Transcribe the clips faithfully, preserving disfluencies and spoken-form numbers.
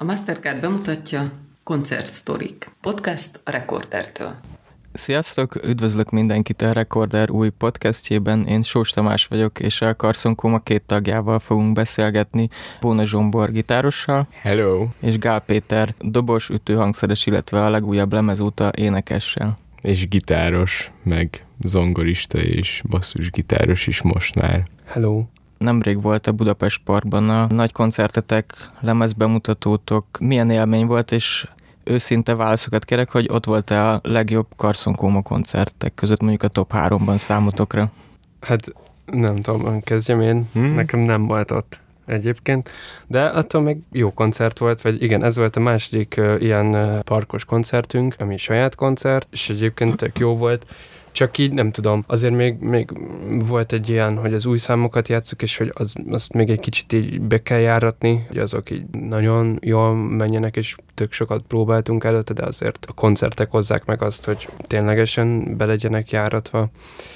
A Mastercard bemutatja Koncertsztorik, podcast a Rekordertől. Sziasztok! Üdvözlök mindenkit a Rekorder új podcastjében. Én Sós Tamás vagyok, és a Carson Coma két tagjával fogunk beszélgetni. Bóna Zsombor gitárossal. Hello! És Gál Péter dobos, ütőhangszeres, illetve a legújabb lemez óta énekessel. És gitáros, meg zongorista és basszusgitáros is most már. Hello! Nemrég volt a Budapest Parkban a nagy koncertetek, lemezbemutatótok. Milyen élmény volt, és őszinte válaszokat kérek, hogy ott volt-e a legjobb Carson Coma koncertek között, mondjuk a top háromban számotokra? Hát nem tudom, kezdjem én. Hmm. Nekem nem volt ott egyébként, de attól meg jó koncert volt, vagy igen, ez volt a második uh, ilyen uh, parkos koncertünk, ami saját koncert, és egyébként tök jó volt. Csak így nem tudom, azért még, még volt egy ilyen, hogy az új számokat játsszuk, és hogy az, azt még egy kicsit így be kell járatni, hogy azok így nagyon jól menjenek, és tök sokat próbáltunk előtte, de azért a koncertek hozzák meg azt, hogy ténylegesen be legyenek járatva.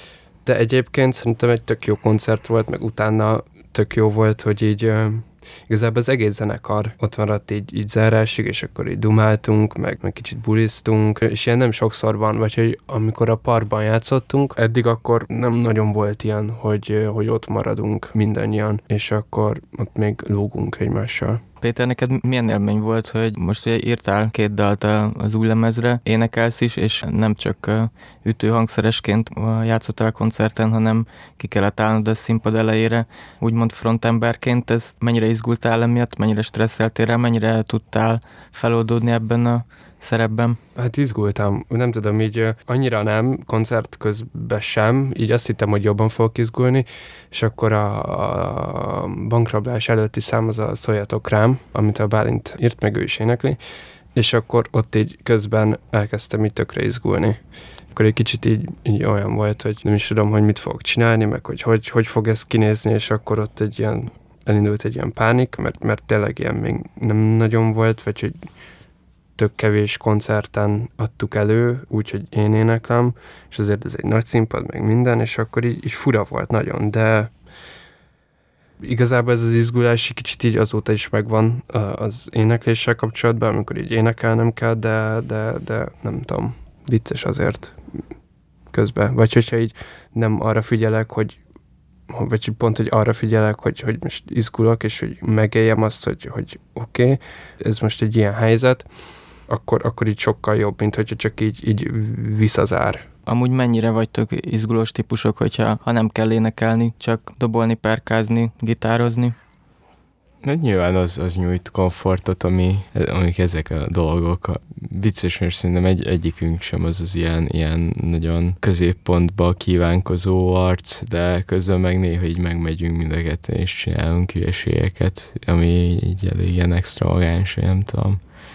De egyébként szerintem egy tök jó koncert volt, meg utána tök jó volt, hogy így uh, igazából az egész zenekar ott maradt így, így zárásig, és akkor így dumáltunk, meg, meg kicsit buliztunk, és ilyen nem sokszor van, vagy hogy amikor a parkban játszottunk, eddig akkor nem nagyon volt ilyen, hogy, hogy ott maradunk mindannyian, és akkor ott még lógunk egymással. Péter, neked milyen élmény volt, hogy most ugye írtál két dalt az új lemezre, énekelsz is, és nem csak ütőhangszeresként játszottál a koncerten, hanem ki kellett állnod a színpad elejére, úgymond frontemberként. Ez mennyire izgultál emiatt, mennyire stresszeltél rá, mennyire tudtál feloldódni ebben a szerepben? Hát izgultam, nem tudom, így annyira nem, koncert közben sem, így azt hittem, hogy jobban fogok izgulni, és akkor a, a bankrablás előtti szám az a Szóljatok rám, amit a Bálint írt, meg ő is énekli, és akkor ott így közben elkezdtem így tökre izgulni. Akkor egy kicsit így, így olyan volt, hogy nem is tudom, hogy mit fogok csinálni, meg hogy hogy, hogy fog ez kinézni, és akkor ott egy ilyen, elindult egy ilyen pánik, mert, mert tényleg ilyen még nem nagyon volt, vagy hogy tök kevés koncerten adtuk elő, úgyhogy én éneklem, és azért ez egy nagy színpad, meg minden, és akkor így, így fura volt nagyon, de igazából ez az izgulás kicsit így azóta is megvan az énekléssel kapcsolatban, amikor így énekelnem kell, de, de, de nem tudom, vicces azért közben. Vagy hogyha így nem arra figyelek, hogy vagy pont, hogy arra figyelek, hogy, hogy most izgulok, és hogy megéljem azt, hogy, hogy oké, okay, ez most egy ilyen helyzet, akkor, akkor így sokkal jobb, mint hogyha csak így, így visszazár. Amúgy mennyire vagytok izgulós típusok, hogyha ha nem kell énekelni, csak dobolni, perkázni, gitározni? Na, nyilván az, az nyújt komfortot, ami, amik ezek a dolgok. Vicces, mert szerintem egy, egyikünk sem az az ilyen, ilyen nagyon középpontba kívánkozó arc, de közben meg néha így megmegyünk mind a ketten, és csinálunk hülyeségeket, ami így elég ilyen extravagáns, nem tudom.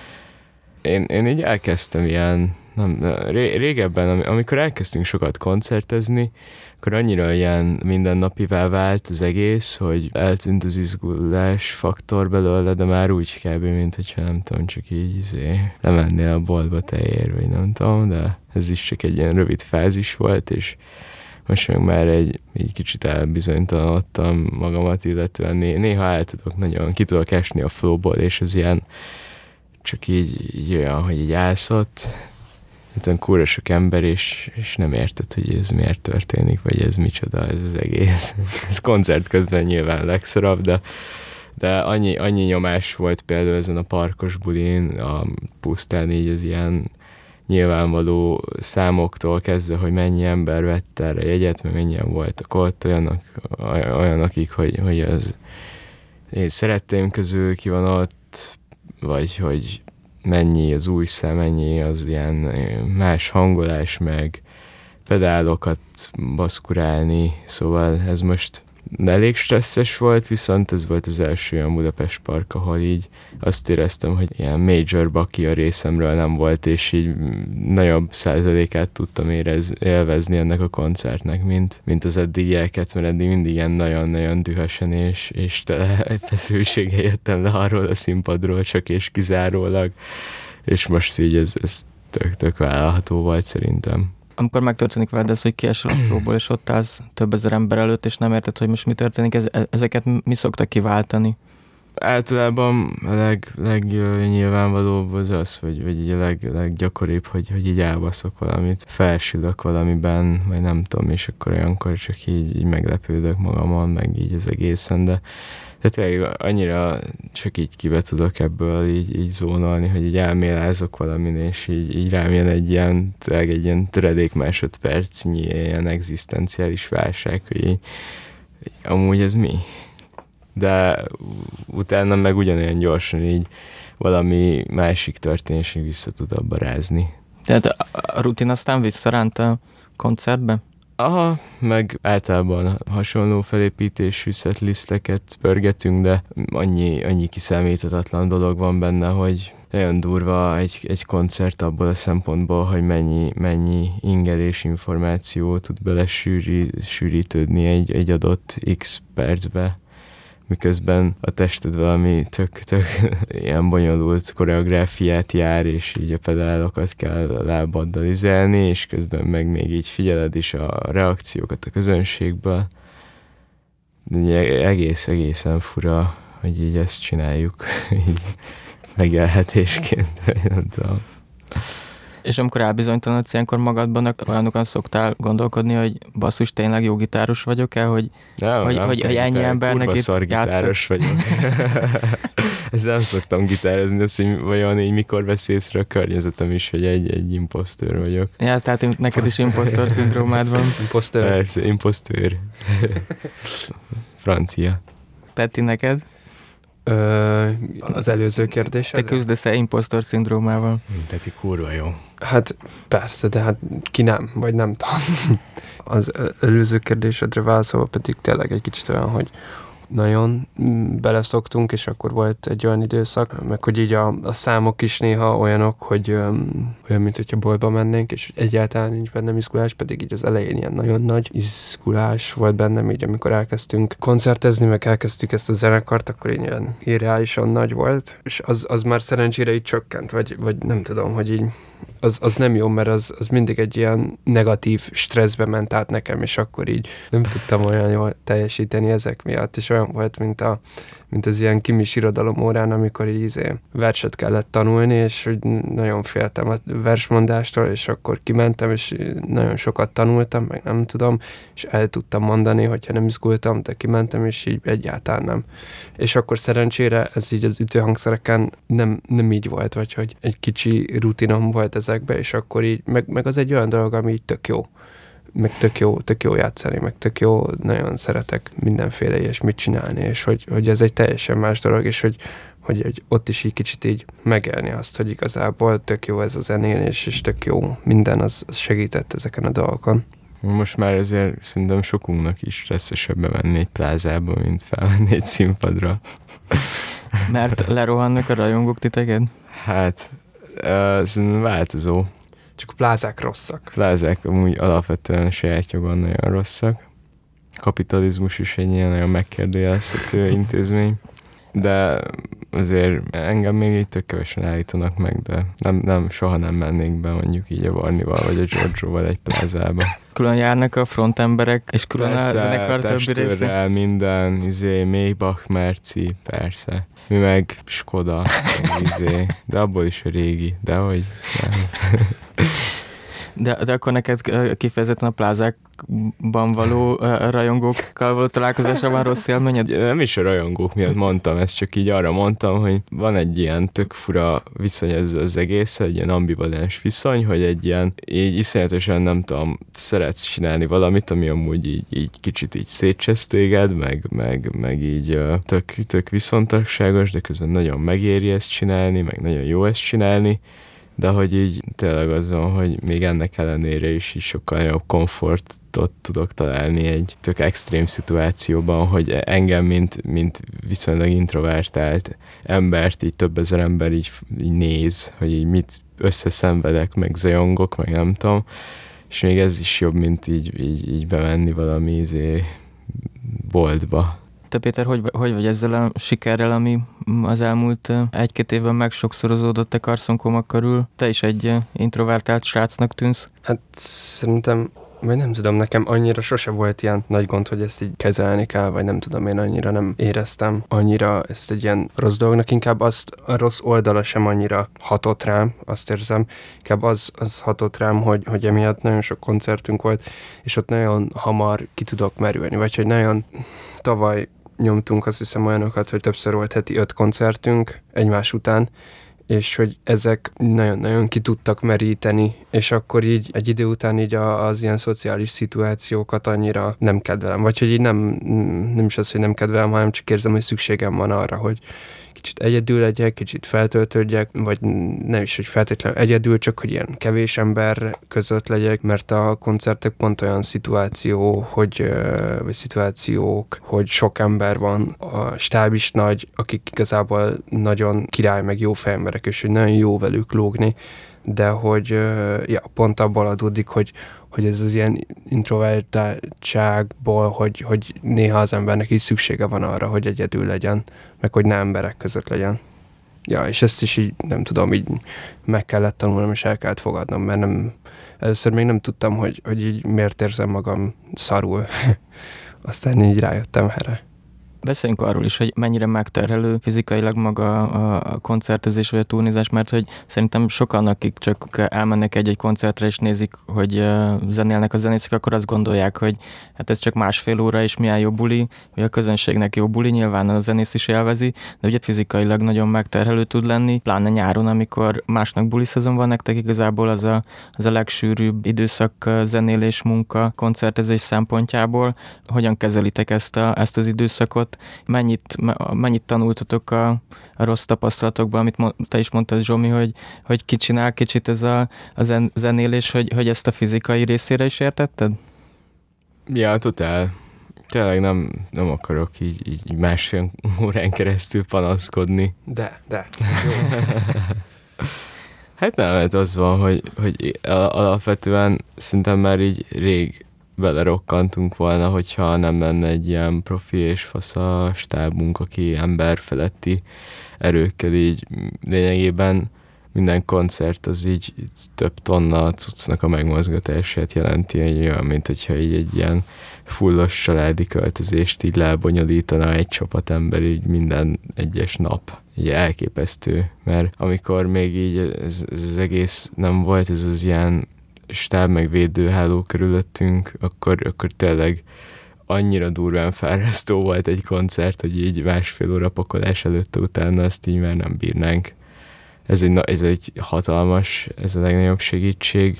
Én, én így elkezdtem ilyen, nem, ré, régebben, amikor elkezdtünk sokat koncertezni, akkor annyira ilyen mindennapivá vált az egész, hogy eltűnt az izgulás faktor belőle, de már úgy kb. Mint hogyha nem tudom, csak így izé, lemennél a boltba tejér, vagy nem tudom, de ez is csak egy ilyen rövid fázis volt, és most meg már egy, egy kicsit elbizonytalanodtam magamat, illetően né, néha el tudok nagyon, ki tudok esni a flowból, és az ilyen csak így, így olyan, hogy így állsz ott, olyan kurva sok ember, és, és nem érted, hogy ez miért történik, vagy ez micsoda, ez az egész. Ez koncert közben nyilván legszarabb, de, de annyi, annyi nyomás volt például ezen a parkos bulin, a pusztán így az ilyen nyilvánvaló számoktól kezdve, hogy mennyi ember vett erre jegyet, meg mennyien voltak ott, olyanok, olyanokig, hogy, hogy az én szeretteim közül ki van ott, vagy hogy mennyi az új szám, mennyi az ilyen más hangolás, meg pedálokat baszkurálni, szóval ez most elég stresszes volt, viszont ez volt az első olyan Budapest Park, ahol így azt éreztem, hogy ilyen major baki a részemről nem volt, és így nagyobb százalékát tudtam érez, élvezni ennek a koncertnek, mint, mint az eddigieket, mert eddig mindig ilyen nagyon-nagyon dühösen és, és tele feszültséggel jöttem le arról a színpadról, csak és kizárólag, és most így ez, ez tök-tök vállalható volt szerintem. Amikor megtörténik veled ez, hogy kiesel a flowból, és ott állsz több ezer ember előtt, és nem érted, hogy most mi történik, ez, ezeket mi szokta kiváltani? Általában a leg, legnyilvánvalóbb az az, vagy, vagy így a leg, leggyakoribb, hogy, hogy így elbaszok valamit, felsülök valamiben, vagy nem tudom, és akkor olyankor csak így, így meglepődök magamon, meg így az egészen, de tehát annyira csak így kibe tudok ebből így, így zónolni, hogy így elmélázok valamin, és így, így rám jön egy ilyen, egy ilyen töredék másodpercnyi ilyen egzisztenciális válság, hogy így, amúgy ez mi? De utána meg ugyanolyan gyorsan így valami másik történésig vissza tud abba rázni. Tehát a rutin aztán visszaránt a koncertbe? Aha, meg általában hasonló felépítésű setlisteket pörgetünk, de annyi, annyi kiszámíthatatlan dolog van benne, hogy nagyon durva egy, egy koncert abból a szempontból, hogy mennyi, mennyi inger és információ tud bele sűrí, sűrítődni egy, egy adott x percbe, miközben a tested valami tök, tök ilyen bonyolult koreográfiát jár, és így a pedálokat kell lábaddal izelni, és közben meg még így figyeled is a reakciókat a közönségből. Egész, egészen fura, hogy így ezt csináljuk, így megélhetésként, nem tudom. És amikor elbizonytalanodsz ilyenkor magadban, olyanokon szoktál gondolkodni, hogy basszus, tényleg jó gitáros vagyok-e, hogy, nem, hogy, nem hogy, hogy ennyi embernek itt játszok? Gitáros vagyok. Ezt nem szoktam gitározni, azt, hogy vajon így mikor vesz észre a környezetem is, hogy egy, egy imposztőr vagyok. Ja, tehát neked is imposztor szindrómád van. Imposztőr. Persze, imposztőr. Francia. Peti, neked? Ö, az előző kérdés. Te küzdesz-e imposztor szindrómával? Peti kurva jó. Hát persze, de hát ki nem, vagy nem tudom. Az előző kérdésedre válaszolva pedig tényleg egy kicsit olyan, hogy nagyon beleszoktunk, és akkor volt egy olyan időszak, meg hogy így a, a számok is néha olyanok, hogy öm, olyan, mint hogyha boltba mennénk, és egyáltalán nincs bennem izgulás, pedig így az elején ilyen nagyon nagy izgulás volt bennem, így amikor elkezdtünk koncertezni, meg elkezdtük ezt a zenekart, akkor így ilyen irreálisan nagy volt, és az, az már szerencsére így csökkent, vagy, vagy nem tudom, hogy így Az, az nem jó, mert az, az mindig egy ilyen negatív stresszbe ment át nekem, és akkor így nem tudtam olyan jól teljesíteni ezek miatt, és olyan volt, mint, a, mint az ilyen kimis irodalom órán, amikor így izé verset kellett tanulni, és hogy nagyon féltem a versmondástól, és akkor kimentem, és nagyon sokat tanultam, meg nem tudom, és el tudtam mondani, hogyha nem izgultam, de kimentem, és így egyáltalán nem. És akkor szerencsére ez így az ütőhangszereken nem, nem így volt, vagy hogy egy kicsi rutinom volt ezekbe, és akkor így, meg, meg az egy olyan dolog, ami így tök jó. Meg tök jó, tök jó játszani, meg tök jó, nagyon szeretek mindenféle ilyesmit csinálni, és hogy, hogy ez egy teljesen más dolog, és hogy, hogy, hogy ott is így kicsit így megélni azt, hogy igazából tök jó ez a zenélés, és tök jó minden, az, az segített ezeken a dolgokon. Most már azért szerintem sokunknak is stresszesebben menni egy plázába, mint felmenni egy színpadra. Mert lerohannak a rajongók titeket? Hát, uh, szerintem változó. Csak a plázák rosszak. Plázák amúgy alapvetően a saját jogon nagyon rosszak. Kapitalizmus is egy ilyen nagyon megkérdőjelezhető intézmény. De azért engem még így tök kevesen állítanak meg, de nem, nem, soha nem mennék be mondjuk így a Barnival vagy a Giorgioval egy plázába. Külön járnak a frontemberek, és külön persze, a zenekar többi része? Minden, izé, Maybach, Merci, persze. Mi meg Skoda, meg izé, de abból is a régi, de hogy nem. De, de akkor neked kifejezetten a plázákban való rajongókkal való találkozásra van rossz élményed? Nem is a rajongók miatt mondtam, ezt csak így arra mondtam, hogy van egy ilyen tök fura viszony ez az egész, egy ilyen ambivalens viszony, hogy egy ilyen, így iszonyatosan nem tudom, szeretsz csinálni valamit, ami amúgy így, így kicsit így szétcsesz téged, meg, meg, meg így tök, tök viszontagságos, de közben nagyon megéri ezt csinálni, meg nagyon jó ezt csinálni, de hogy így tényleg az van, hogy még ennek ellenére is így sokkal jobb komfortot tudok találni egy tök extrém szituációban, hogy engem, mint, mint viszonylag introvertált embert, így több ezer ember így, így néz, hogy így mit összeszenvedek, meg zajongok, meg nem tudom, és még ez is jobb, mint így, így, így bemenni valami izé boltba. Te Péter, hogy, hogy vagy ezzel a sikerrel, ami az elmúlt egy-két évben megsokszorozódott a Carson Coma körül? Te is egy introvertált srácnak tűnsz? Hát szerintem vagy nem tudom, nekem annyira sose volt ilyen nagy gond, hogy ezt így kezelni kell, vagy nem tudom, én annyira nem éreztem annyira ezt egy ilyen rossz dolognak, inkább azt a rossz oldala sem annyira hatott rám, azt érzem, inkább az, az hatott rám, hogy, hogy emiatt nagyon sok koncertünk volt, és ott nagyon hamar ki tudok merülni, vagy hogy nagyon tavaly nyomtunk azt hiszem olyanokat, hogy többször volt heti öt koncertünk egymás után, és hogy ezek nagyon-nagyon ki tudtak meríteni, és akkor így egy idő után így a, az ilyen szociális szituációkat annyira nem kedvelem. Vagy hogy így nem, nem is az, hogy nem kedvelem, hanem csak érzem, hogy szükségem van arra, hogy kicsit egyedül legyek, kicsit feltöltődjek, vagy nem is, hogy feltétlenül egyedül, csak hogy ilyen kevés ember között legyek, mert a koncertek pont olyan szituáció, hogy, vagy szituációk, hogy sok ember van, a stáb is nagy, akik igazából nagyon király, meg jó fejemberek, és hogy nagyon jó velük lógni, de hogy ja, pont abból adódik, hogy hogy ez az ilyen introvertáltságból, hogy, hogy néha az embernek is szüksége van arra, hogy egyedül legyen, meg hogy nem emberek között legyen. Ja, és ezt is így, nem tudom, így meg kellett tanulnom, és el kellett fogadnom, mert nem, először még nem tudtam, hogy, hogy így miért érzem magam szarul. Aztán így rájöttem erre. Beszéljünk arról is, hogy mennyire megterhelő fizikailag maga a koncertezés vagy a turnizás, mert hogy szerintem sokan, akik csak elmennek egy-egy koncertre és nézik, hogy zenélnek a zenészek, akkor azt gondolják, hogy hát ez csak másfél óra és milyen jó buli, vagy a közönségnek jó buli, nyilván a zenész is élvezi, de ugye fizikailag nagyon megterhelő tud lenni, pláne nyáron, amikor másnak buli szezon van, nektek igazából az a, az a legsűrűbb időszak zenélés, munka, koncertezés szempontjából. Hogyan kezelitek ezt, a, ezt az időszakot? Mennyit, mennyit tanultatok a, a rossz tapasztalatokban, amit mo- te is mondtad, Zsomi, hogy, hogy ki csinál kicsit ez a, a zen- zenélés, hogy, hogy ezt a fizikai részére is értetted? Ja, totál. Tényleg nem, nem akarok így, így másfél órán keresztül panaszkodni. De, de. Jó. Hát nem, hát az van, hogy, hogy alapvetően szerintem már így rég belerokkantunk volna, hogyha nem lenne egy ilyen profi és fasza stábunk, aki emberfeletti erőkkel így lényegében minden koncert az így több tonna cuccnak a megmozgatását jelenti, egy olyan, mint hogyha így egy ilyen fullos családi költözést így lebonyolítana egy csapatember így minden egyes nap. Így elképesztő, mert amikor még így ez, ez az egész nem volt, ez az ilyen stáb meg védőháló körülöttünk, akkor, akkor tényleg annyira durván fárasztó volt egy koncert, hogy így másfél óra pakolás előtte utána azt így már nem bírnánk. Ez egy, ez egy hatalmas, ez a legnagyobb segítség.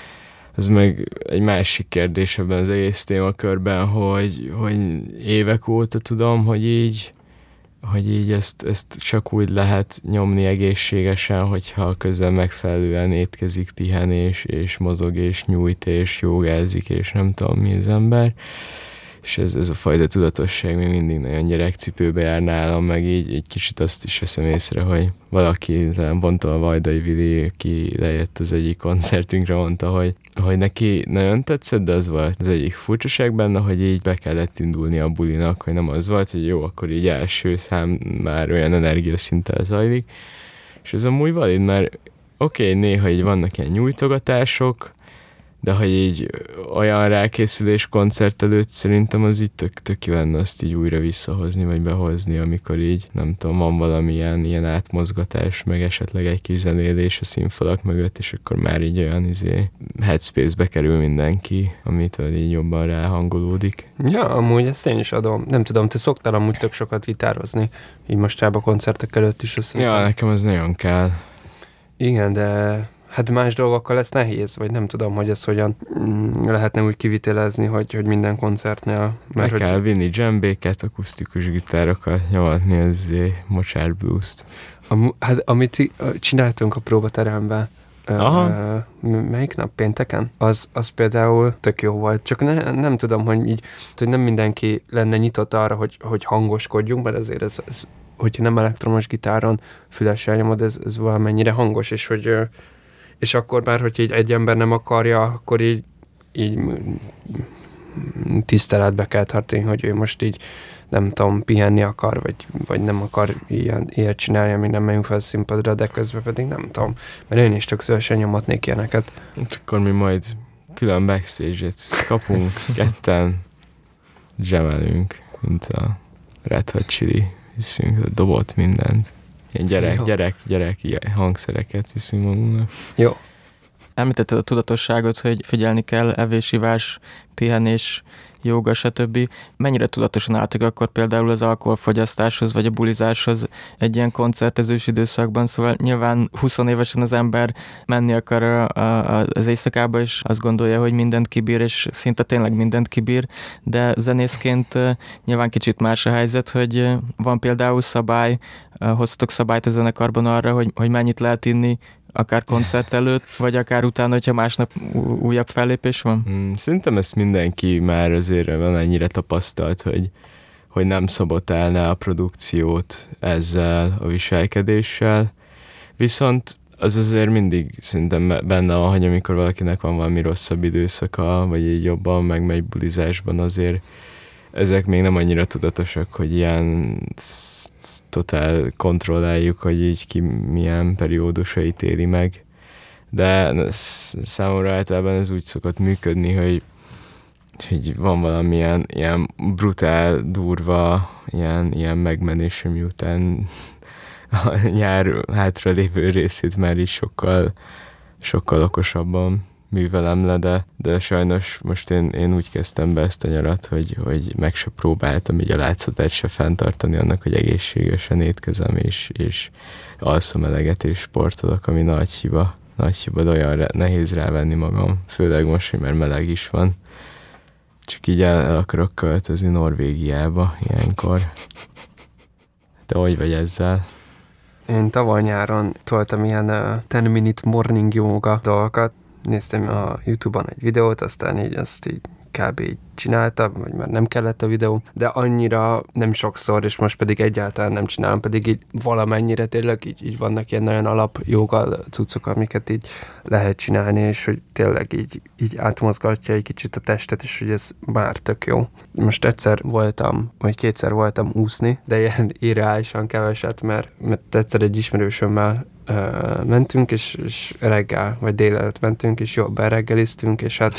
Ez meg egy másik kérdés ebben az egész témakörben, hogy, hogy évek óta tudom, hogy így hogy így ezt, ezt csak úgy lehet nyomni egészségesen, hogyha közben megfelelően étkezik, pihen és, és mozog és nyújt és jogázik és nem tudom mi az ember. És ez, ez a fajta tudatosság még mindig nagyon gyerekcipőbe jár nálam, meg így egy kicsit azt is veszem észre, hogy valaki, talán pont a Vajdai Vili, aki lejött az egyik koncertünkre, mondta, hogy, hogy neki nagyon tetszett, de az volt az egyik furcsaság benne, hogy így be kellett indulni a bulinak, hogy nem az volt, hogy jó, akkor így első szám már olyan energiaszinttel zajlik. És ez amúgy valid, mert oké, okay, néha így vannak ilyen nyújtogatások, de hogy így olyan rákészülés koncert előtt szerintem az így tök, tök jó lenne azt így újra visszahozni, vagy behozni, amikor így, nem tudom, van valamilyen ilyen átmozgatás, meg esetleg egy kis zenélés a színfalak mögött, és akkor már így olyan izé headspace-be kerül mindenki, amitől így jobban ráhangolódik. Ja, amúgy ezt én is adom. Nem tudom, te szoktál amúgy tök sokat gitározni, így mostában koncertek előtt is. Azt ja, nekem az nagyon kell. Igen, de hát más dolgokkal lesz nehéz, vagy nem tudom, hogy ez hogyan mm, lehetne úgy kivitelezni, hogy, hogy minden koncertnél. Mert meg hogy... kell vinni dzsembéket, akusztikus gitárokat, nyomatni az mocsár blues-t. Am, hát amit csináltunk a próbateremben, uh, melyik nap? Pénteken? Az, az például tök jó volt. Csak ne, nem tudom, hogy így, hogy nem mindenki lenne nyitott arra, hogy, hogy hangoskodjunk, mert azért ez, ez hogyha nem elektromos gitáron fülessel nyomod, ez, ez valamennyire hangos, és hogy és akkor már, hogyha így egy ember nem akarja, akkor így, így tiszteletbe kell tartani, hogy ő most így nem tudom, pihenni akar, vagy, vagy nem akar ilyen, ilyet csinálni, amíg nem megyünk fel a színpadra, de közben pedig nem tudom, mert én is tök szívesen nyomatnék ilyeneket. Akkor mi majd külön backstage-et kapunk, ketten jamelünk, mint a Red Hot Chili, viszünk, dobott mindent. Ilyen gyerek, Jó. gyerek, gyerek, gyerek hangszereket viszünk magunknak. Jó. Említetted a tudatosságot, hogy figyelni kell, evés, ivás, pihenés, jóga, stb. Mennyire tudatosan álltok akkor például az alkoholfogyasztáshoz, vagy a bulizáshoz egy ilyen koncertezős időszakban? Szóval nyilván húsz évesen az ember menni akar a, a, az éjszakába, és azt gondolja, hogy mindent kibír, és szinte tényleg mindent kibír, de zenészként nyilván kicsit más a helyzet, hogy van például szabály, hoztatok szabályt a zenekarban arra, hogy, hogy mennyit lehet inni, akár koncert előtt, vagy akár utána, hogyha másnap újabb fellépés van? Hmm, szerintem ezt mindenki már azért van ennyire tapasztalt, hogy, hogy nem szabotálná a produkciót ezzel a viselkedéssel. Viszont az azért mindig szerintem benne van, hogy amikor valakinek van valami rosszabb időszaka, vagy így jobban megmegy bulizásban, azért ezek még nem annyira tudatosak, hogy ilyen totál kontrolláljuk, hogy így ki milyen periódusait éli meg. De számomra általában ez úgy szokott működni, hogy, hogy van valamilyen ilyen brutál, durva, ilyen, ilyen megmenés, ami után a nyár hátralévő részét már is sokkal, sokkal okosabban művelem le, de, de sajnos most én, én úgy kezdtem be ezt a nyarat, hogy, hogy meg se próbáltam így a látszatát se fenntartani annak, hogy egészségesen étkezem, és, és alszom eleget, és sportolok, ami nagy hiba. Nagy hiba, de olyan nehéz rávenni magam, főleg most, hogy már meleg is van. Csak így el, el akarok költözni Norvégiába ilyenkor. Te hogy vagy ezzel? Én tavaly nyáron toltam ilyen uh, ten minute morning yoga dolgokat. Néztem a YouTube-on egy videót, aztán így azt így kb. Így csináltam, vagy már nem kellett a videó, de annyira nem sokszor, és most pedig egyáltalán nem csinálom, pedig így valamennyire tényleg így, így vannak ilyen nagyon alap joga cuccok, amiket így lehet csinálni, és hogy tényleg így, így átmozgatja egy kicsit a testet, és hogy ez már tök jó. Most egyszer voltam, vagy kétszer voltam úszni, de ilyen irreálisan keveset, mert, mert egyszer egy ismerősömmel Uh, mentünk, és, és reggel, vagy délelőtt mentünk, és jól bereggeliztünk, és hát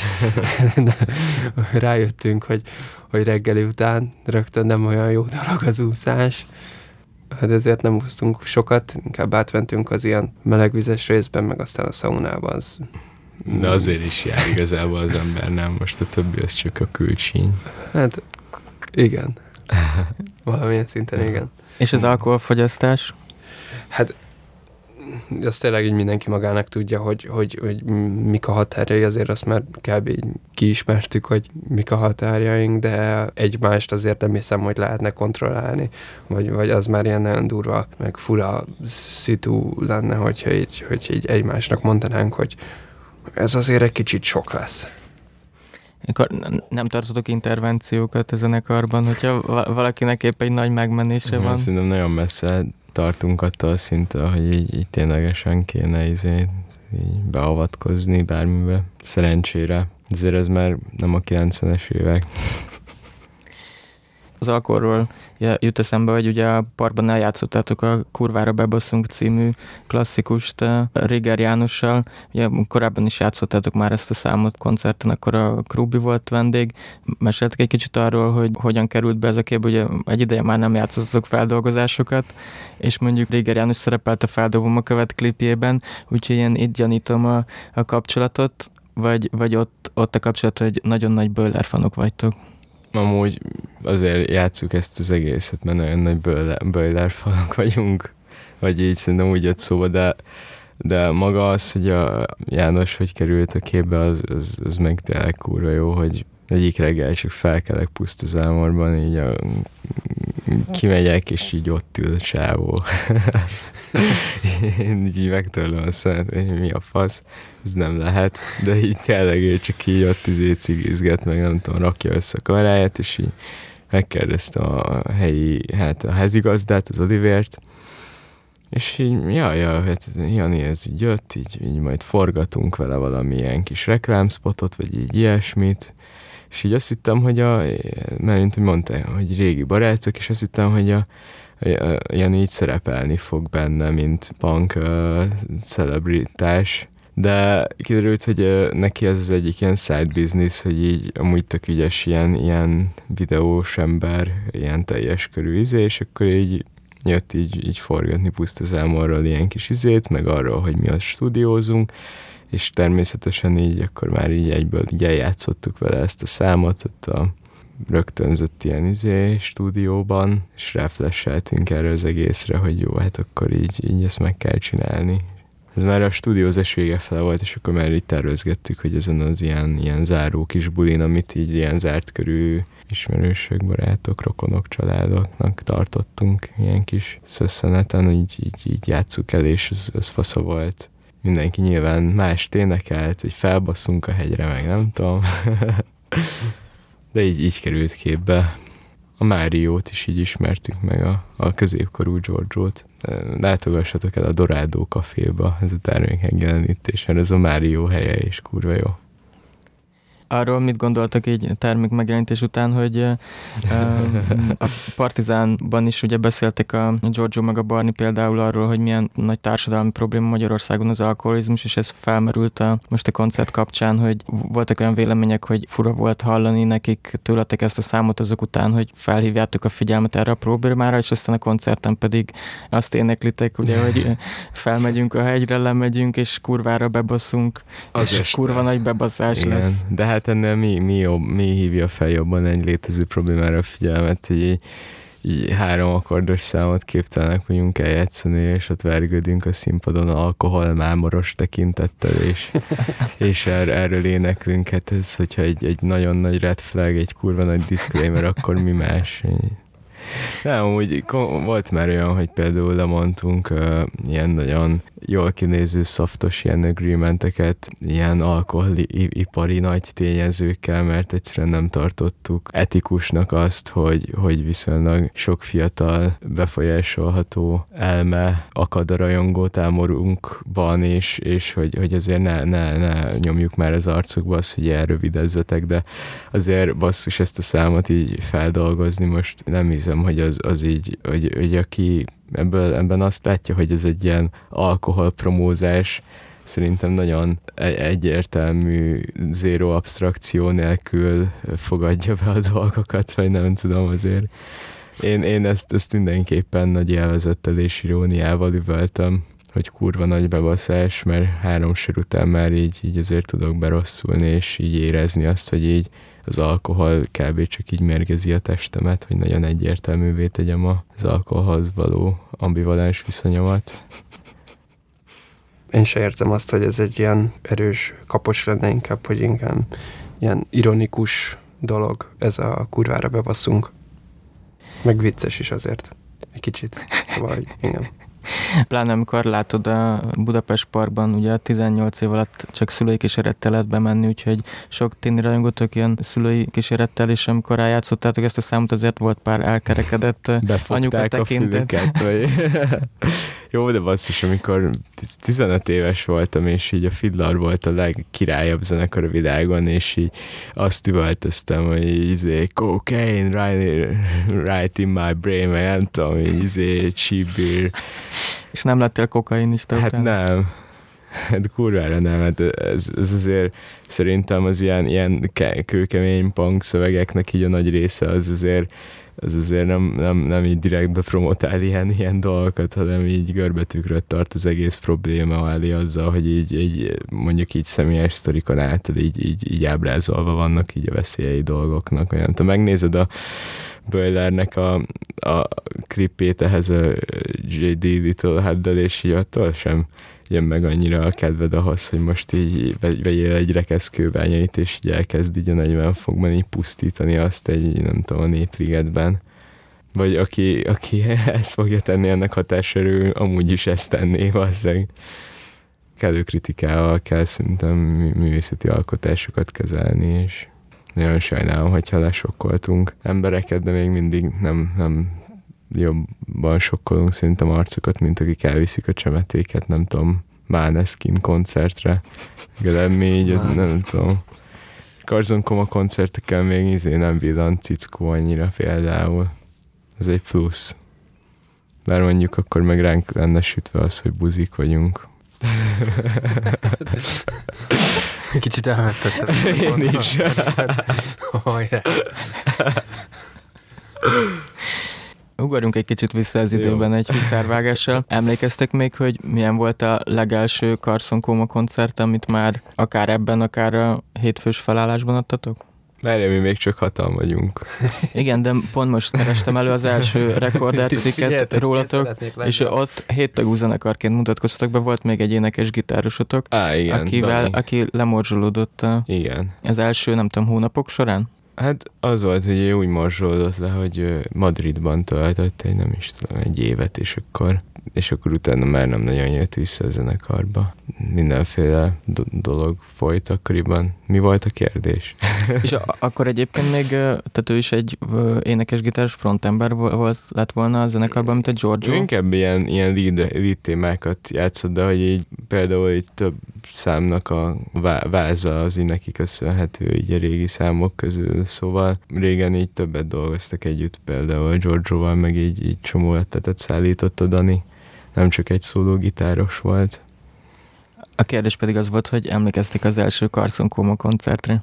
rájöttünk, hogy, hogy reggeli után rögtön nem olyan jó dolog az úszás. Hát ezért nem úsztunk sokat, inkább átmentünk az ilyen melegvizes részben, meg aztán a szaunába. Az... De azért is jár igazából az ember, nem? Most a többi az csak a külcsíny. Hát igen. Valamilyen szinten igen. És az alkoholfogyasztás? Hát azt tényleg így mindenki magának tudja, hogy, hogy, hogy mik a határjai, azért azt már kb. Így kiismertük, hogy mik a határjaink, de egymást azért nem hiszem, hogy lehetne kontrollálni, vagy, vagy az már ilyen nagyon durva, meg fura szitu lenne, hogyha így, hogy így egymásnak mondanánk, hogy ez azért egy kicsit sok lesz. Akkor nem tartotok intervenciókat a zenekarban, hogyha valakinek épp egy nagy megmenése van? Szerintem nagyon messze tartunk attól szinten, hogy így, így ténylegesen kéne izé, így beavatkozni bármibe. Szerencsére. Ezért ez már nem a kilencvenes évek. Az alkoholról jut eszembe, hogy ugye a parkban eljátszottátok a Kurvára bebaszunk című klasszikust Réger Jánossal. Ugye korábban is játszottátok már ezt a számot koncerten, akkor a Krúbi volt vendég. Meséltek egy kicsit arról, hogy hogyan került be ez a kép, ugye egy ideje már nem játszottatok feldolgozásokat, és mondjuk Réger János szerepelt a Feldobom a követ klipjében, úgyhogy én itt gyanítom a, a kapcsolatot, vagy, vagy ott, ott a kapcsolat, hogy nagyon nagy Böller fanok vagytok. Amúgy azért játsszuk ezt az egészet, mert nagyon nagy Böller fanok vagyunk, vagy így szerintem úgy jött szóba, de, de maga az, hogy a János hogy került a képbe, az, az, az meg tényleg kurva jó, hogy egyik reggel csak felkelek puszta zámorban, így a, kimegyek, és így ott ül a csávó. Én így megtörlöm a szemet, hogy mi a fasz, ez nem lehet, de így tényleg ő csak így ott izé cigizget, meg nem tudom, rakja össze a kameráját, és így megkérdeztem a helyi, hát a házigazdát, az Olivért, és így, ja, ja, hát Jani, ez így jött, így, így majd forgatunk vele valamilyen kis reklámspotot, vagy így ilyesmit, és így azt hittem, hogy a, mert mint hogy mondta, hogy régi barátok, és azt hittem, hogy a Jani így szerepelni fog benne, mint punk uh, celebritás, De kiderült, hogy neki ez az egyik ilyen side business, hogy így amúgy tök ügyes ilyen, ilyen videós ember, ilyen teljes körű izé, és akkor így jött így, így forgatni puszta számorról ilyen kis izét, meg arról, hogy mi azt stúdiózunk, és természetesen így akkor már így egyből így eljátszottuk vele ezt a számot, ott a rögtönzött ilyen izé stúdióban, és ráflasheltünk erre az egészre, hogy jó, hát akkor így, így ezt meg kell csinálni. Ez már a stúdiózás vége fele volt, és akkor már így tervezgettük, hogy ezen az ilyen, ilyen záró kis bulin, amit így ilyen zárt körű ismerősök, barátok, rokonok, családoknak tartottunk ilyen kis szösszeneten, így, így, így játsszuk el, és ez, ez fasza volt. Mindenki nyilván mást énekelt, hogy felbasszunk a hegyre, meg nem tudom. De így, így került képbe. A Máriót is így ismertük meg, a, a középkorú Giorgiót. Látogassatok el a Dorado Caféba, ez a termék megjelenítés, mert ez a Márió helye és kurva jó. Arról mit gondoltak így termék megjelenítés után, hogy uh, a Partizánban is ugye beszéltek a Giorgio meg a Barni például arról, hogy milyen nagy társadalmi probléma Magyarországon az alkoholizmus, és ez felmerült a, most a koncert kapcsán, hogy voltak olyan vélemények, hogy fura volt hallani nekik tőletek ezt a számot azok után, hogy felhívjátok a figyelmet erre a problémára, és aztán a koncerten pedig azt éneklitek, ugye, hogy felmegyünk a hegyre, lemegyünk, és kurvára bebasszunk, az és este. Kurva nagy bebasszás Igen, lesz. De hát ennél mi, mi, jobb, mi hívja fel jobban egy létező problémára a figyelmet, hogy így, így három akkordos számot képtelenek vagyunk eljátszani, és ott vergődünk a színpadon alkoholmámoros tekintettel, és, és er, erről éneklünk. Hát ez, hogyha egy, egy nagyon nagy red flag, egy kurva nagy disclaimer, akkor mi más? Nem, úgy volt már olyan, hogy például lemondtunk uh, ilyen nagyon jól kinéző szaftos ilyen agreementeket, ilyen alkoholipari nagy tényezőkkel, mert egyszerűen nem tartottuk etikusnak azt, hogy, hogy viszonylag sok fiatal befolyásolható elme akad a rajongó táborunkban, és, és hogy, hogy azért ne, ne, ne nyomjuk már az arcokba azt, hogy elrövidezzetek, de azért basszus ezt a számot így feldolgozni most nem hiszem, hogy az, az így, hogy, hogy aki ebből, ebben azt látja, hogy ez egy ilyen alkoholpromózás, szerintem nagyon egyértelmű, zéró absztrakció nélkül fogadja be a dolgokat, vagy nem tudom azért. Én, én ezt, ezt mindenképpen nagy élvezettel és iróniával üvöltem, hogy kurva nagy bebaszás, mert három sor után már így, így azért tudok berosszulni, és így érezni azt, hogy így az alkohol kb. Csak így mérgezi a testemet, hogy nagyon egyértelművé tegyem az alkoholhoz való ambivalens viszonyomat. Én se érzem azt, hogy ez egy ilyen erős kapos lenne, inkább, hogy inkább ilyen ironikus dolog, ez a kurvára bebasszunk. Meg vicces is azért. Egy kicsit. Szóval, hogy igen. Pláne amikor látod a Budapest Parkban, ugye tizennyolc év alatt csak szülői kísérettel lehet bemenni, úgyhogy sok téni rajongótok ilyen szülői kísérettel, és amikor eljátszottátok ezt a számot, azért volt pár elkerekedett anyuka tekintet. Vagy... Jó, de basszus, amikor tizenöt éves voltam, és így a Fiddler volt a legkirályabb zenekar a világon, és így azt üvöltöztem, hogy izé, cocaine right, right in my brain, meg nem tudom, hogy izé, cheap beer. És nem lettél kokainista? Hát után? Nem. Hát kurvára nem, hát ez, ez azért szerintem az ilyen, ilyen kőkemény punk szövegeknek így a nagy része az azért az azért nem, nem, nem így direktbe promotál ilyen, ilyen dolgokat, hanem így görbetükröt tart az egész probléma elé azzal, hogy így, így mondjuk így személyes sztorikon által így, így, így ábrázolva vannak így a veszélyei dolgoknak. Olyan, ha megnézed a Boilernek a, a klipét ehhez a jé dé Little Head-del, és így attól sem jön meg annyira a kedved ahhoz, hogy most így vegyél egy rekeszkőbányait, és így elkezd így a negyven fokban így pusztítani azt egy, nem tudom, a Népligetben. Vagy aki, aki ezt fogja tenni ennek hatásáról, amúgy is ezt tenné, valószínűleg. Kellő kritikával kell szerintem művészeti alkotásokat kezelni, és nagyon sajnálom, hogyha lesokkoltunk embereket, de még mindig nem, nem jobban sokkolunk szerintem arcokat, mint akik elviszik a csemetéket, nem tudom, Måneskin koncertre. Legalább így, nem tudom. Carson Coma koncertekkel még izé nem villant cickó annyira például. Ez egy plusz. Bár mondjuk akkor meg ránk lenne sütve az, hogy buzik vagyunk. Kicsit elvesztettem. Én is. Ugorjunk egy kicsit vissza az időben egy huszárvágással. Emlékeztek még, hogy milyen volt a legelső Carson Coma koncert, amit már akár ebben, akár a hétfős felállásban adtatok? Várjál, mi még csak hatan vagyunk. Igen, de pont most kerestem elő az első Rekorder cikket rólatok, és ott héttagú zenekarként mutatkoztatok be, volt még egy énekes gitárosotok, Á, igen, akivel, Dani. aki lemorzsolódott a, Igen. az első, nem tudom, hónapok során? Hát az volt, hogy ő úgy morzsolódott le, hogy Madridban töltött egy, nem is tudom, egy évet, és akkor, és akkor utána már nem nagyon jött vissza a zenekarba. Mindenféle do- dolog folyt akkoriban. Mi volt a kérdés? És a- akkor egyébként még, tehát ő is egy énekes-gitáros frontember volt, lett volna a zenekarban, mint a Giorgio? Ő inkább ilyen, ilyen lead, lead témákat játszott, de hogy így például így több számnak a vá- váza az így neki köszönhető így a régi számok közül, szóval régen így többet dolgoztak együtt, például a Giorgioval, meg így, így csomó ötletet szállított a Dani, nem csak egy szóló gitáros volt. A kérdés pedig az volt, hogy emlékeztek az első Carson Coma koncertre?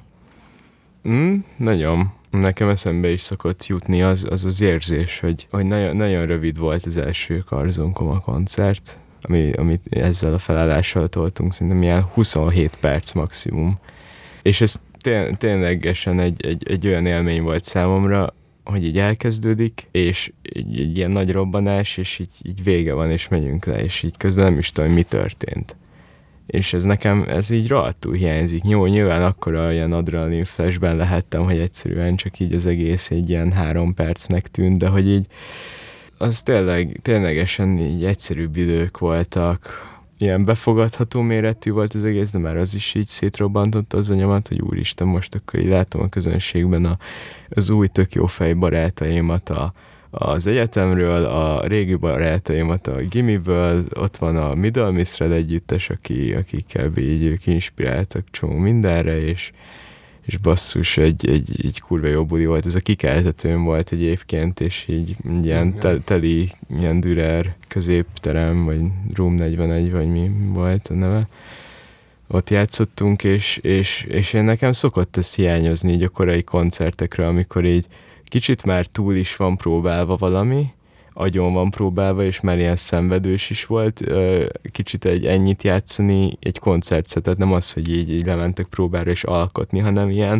Mm, nagyon. Nekem eszembe is szokott jutni az az, az érzés, hogy, hogy nagyon, nagyon rövid volt az első Carson Coma koncert, ami, amit ezzel a felállással toltunk, szerintem ilyen huszonhét perc maximum. És ez té- ténylegesen egy, egy, egy olyan élmény volt számomra, hogy így elkezdődik, és egy, egy ilyen nagy robbanás, és így, így vége van, és megyünk le, és így közben nem is tudom, mi történt. És ez nekem, ez így rohadtul hiányzik. Jó, nyilván akkora ilyen adrenalin flashben lehettem, hogy egyszerűen csak így az egész egy ilyen három percnek tűnt, de hogy így az tényleg, ténylegesen így egyszerűbb idők voltak. Ilyen befogadható méretű volt az egész, de már az is így szétrobbantotta az anyamat, hogy úristen, most akkor így látom a közönségben a, az új tök jó fej barátaimat a, az egyetemről, a régi barátaimat a gimiből, ott van a Middle Misred együttes, aki, akikkel így ők inspiráltak csomó mindenre, és, és basszus, egy, egy, egy kurva jó buli volt. Ez a kikeltetőn volt egyébként, és így ilyen te, teli, ilyen Dürer középterem, vagy Room negyvenegy, vagy mi volt a neve. Ott játszottunk, és, és, és én nekem szokott ez hiányozni így a korai koncertekre, amikor így kicsit már túl is van próbálva valami, agyon van próbálva, és már ilyen szenvedős is volt, kicsit egy ennyit játszani, egy koncertszetet, nem az, hogy így, így lementek próbára és alkotni, hanem ilyen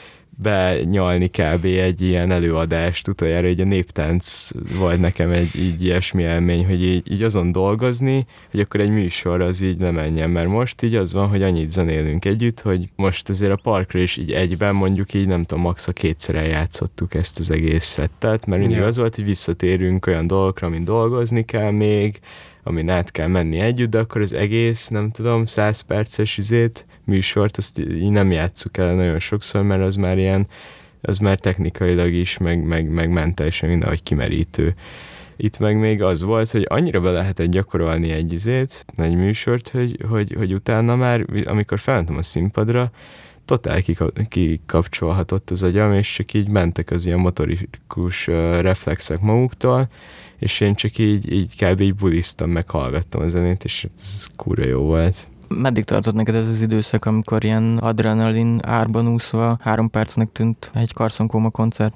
benyalni kb. Egy ilyen előadást, utoljára így a néptánc volt nekem egy így ilyesmi élmény, hogy így, így azon dolgozni, hogy akkor egy műsor az így lemenjen, mert most így az van, hogy annyit zenélünk együtt, hogy most azért a parkra is így egyben mondjuk így nem tudom, max a kétszer eljátszottuk ezt az egész szettet, mert mindig ja. az volt, hogy visszatérünk olyan dolgokra, amin dolgozni kell még, amin át kell menni együtt, de akkor az egész, nem tudom, száz perces izét, műsort, azt így nem játsszuk el nagyon sokszor, mert az már ilyen, az már technikailag is, meg, meg, meg mentálisan mindenhogy kimerítő. Itt meg még az volt, hogy annyira be lehetett gyakorolni egy izét, egy műsort, hogy, hogy, hogy utána már, amikor felmentem a színpadra, totál kikapcsolhatott az agyam, és csak így mentek az ilyen motorikus reflexek maguktól, és én csak így, így kb. Így buliztam, meg hallgattam a zenét, és ez kurva jó volt. Meddig tartott neked ez az időszak, amikor ilyen adrenalin árban úszva három percnek tűnt egy Carson Coma koncert?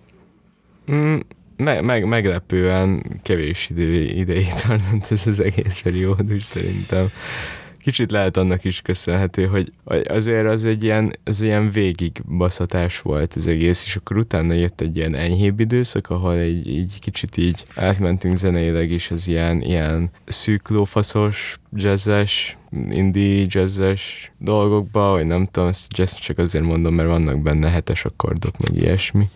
Mm, me- meg- meglepően kevés idő, ideig tartott ez az egész periódus szerintem. Kicsit lehet annak is köszönhető, hogy azért az egy ilyen, az ilyen végigbaszatás volt az egész, és akkor utána jött egy ilyen enyhébb időszak, ahol így, így kicsit így átmentünk zeneileg is az ilyen, ilyen szűklófaszos, jazzes, indie jazzes dolgokba, vagy nem tudom, ezt jazz csak azért mondom, mert vannak benne hetes akkordok, meg ilyesmi.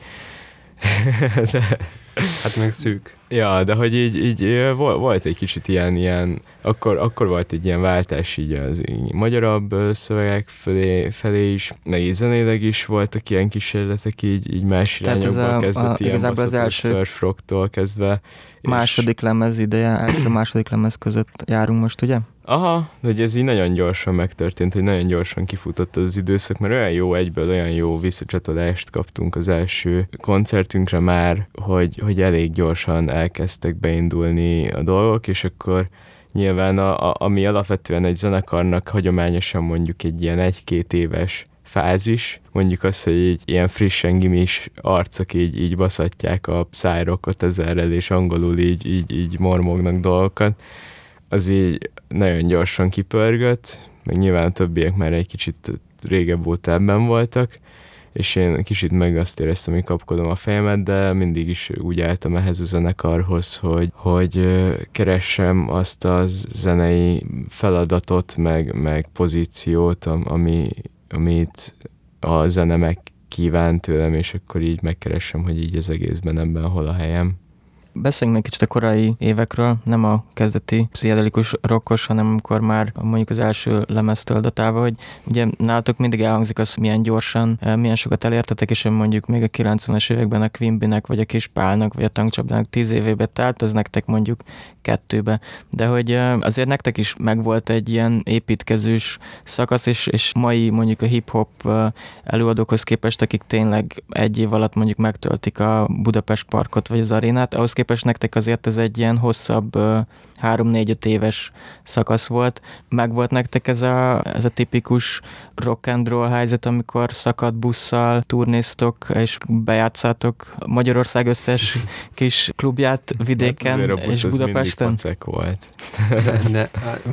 De... Hát meg szűk. Ja, de hogy így, így volt egy kicsit ilyen, ilyen akkor, akkor volt egy ilyen váltás így az így magyarabb szövegek felé, felé is, meg így zeneileg is voltak ilyen kísérletek így, így más irányokban kezdett, a, ilyen baszatos surf rocktól kezdve. Második és... lemez ideje, első második lemez között járunk most, ugye? Aha, de hogy ez így nagyon gyorsan megtörtént, hogy nagyon gyorsan kifutott az időszak, mert olyan jó egyből, olyan jó visszacsatolást kaptunk az első koncertünkre már, hogy, hogy elég gyorsan elkezdtek beindulni a dolgok, és akkor nyilván a, a, ami alapvetően egy zenekarnak hagyományosan mondjuk egy ilyen egy-két éves fázis, mondjuk az, hogy így ilyen frissen gimis arcok így, így baszatják a szájrockot ezerrel, és angolul így, így, így mormognak dolgokat, az így nagyon gyorsan kipörgött, meg nyilván a többiek már egy kicsit régebb óta ebben voltak, és én kicsit meg azt éreztem, hogy kapkodom a fejemet, de mindig is úgy álltam ehhez a zenekarhoz, hogy, hogy keressem azt a zenei feladatot, meg, meg pozíciót, ami, amit a zene megkíván tőlem, és akkor így megkeressem, hogy így az egészben ebben hol a helyem. Beszéljünk még kicsit a korai évekről, nem a kezdeti pszichedelikus rockos, hanem amikor már mondjuk az első lemeztől datálva, hogy ugye nálatok mindig elhangzik az, milyen gyorsan, milyen sokat elértetek, és mondjuk még a kilencvenes években a Quimbynek, vagy a Kis Pálnak, vagy a Tankcsapdának tíz évébe telt, az nektek mondjuk kettőbe. De hogy azért nektek is megvolt egy ilyen építkezős szakasz, és, és mai mondjuk a hip-hop előadókhoz képest, akik tényleg egy év alatt mondjuk megtöltik a Budapest Parkot, vagy az arénát, ahhoz képest nektek azért ez egy ilyen hosszabb három-négy-öt éves szakasz volt. Megvolt nektek ez a, ez a tipikus rock and roll helyzet, amikor szakadt busszal turnéztok, és bejátszátok Magyarország összes kis klubját vidéken hát és Budapesten? volt. Ne,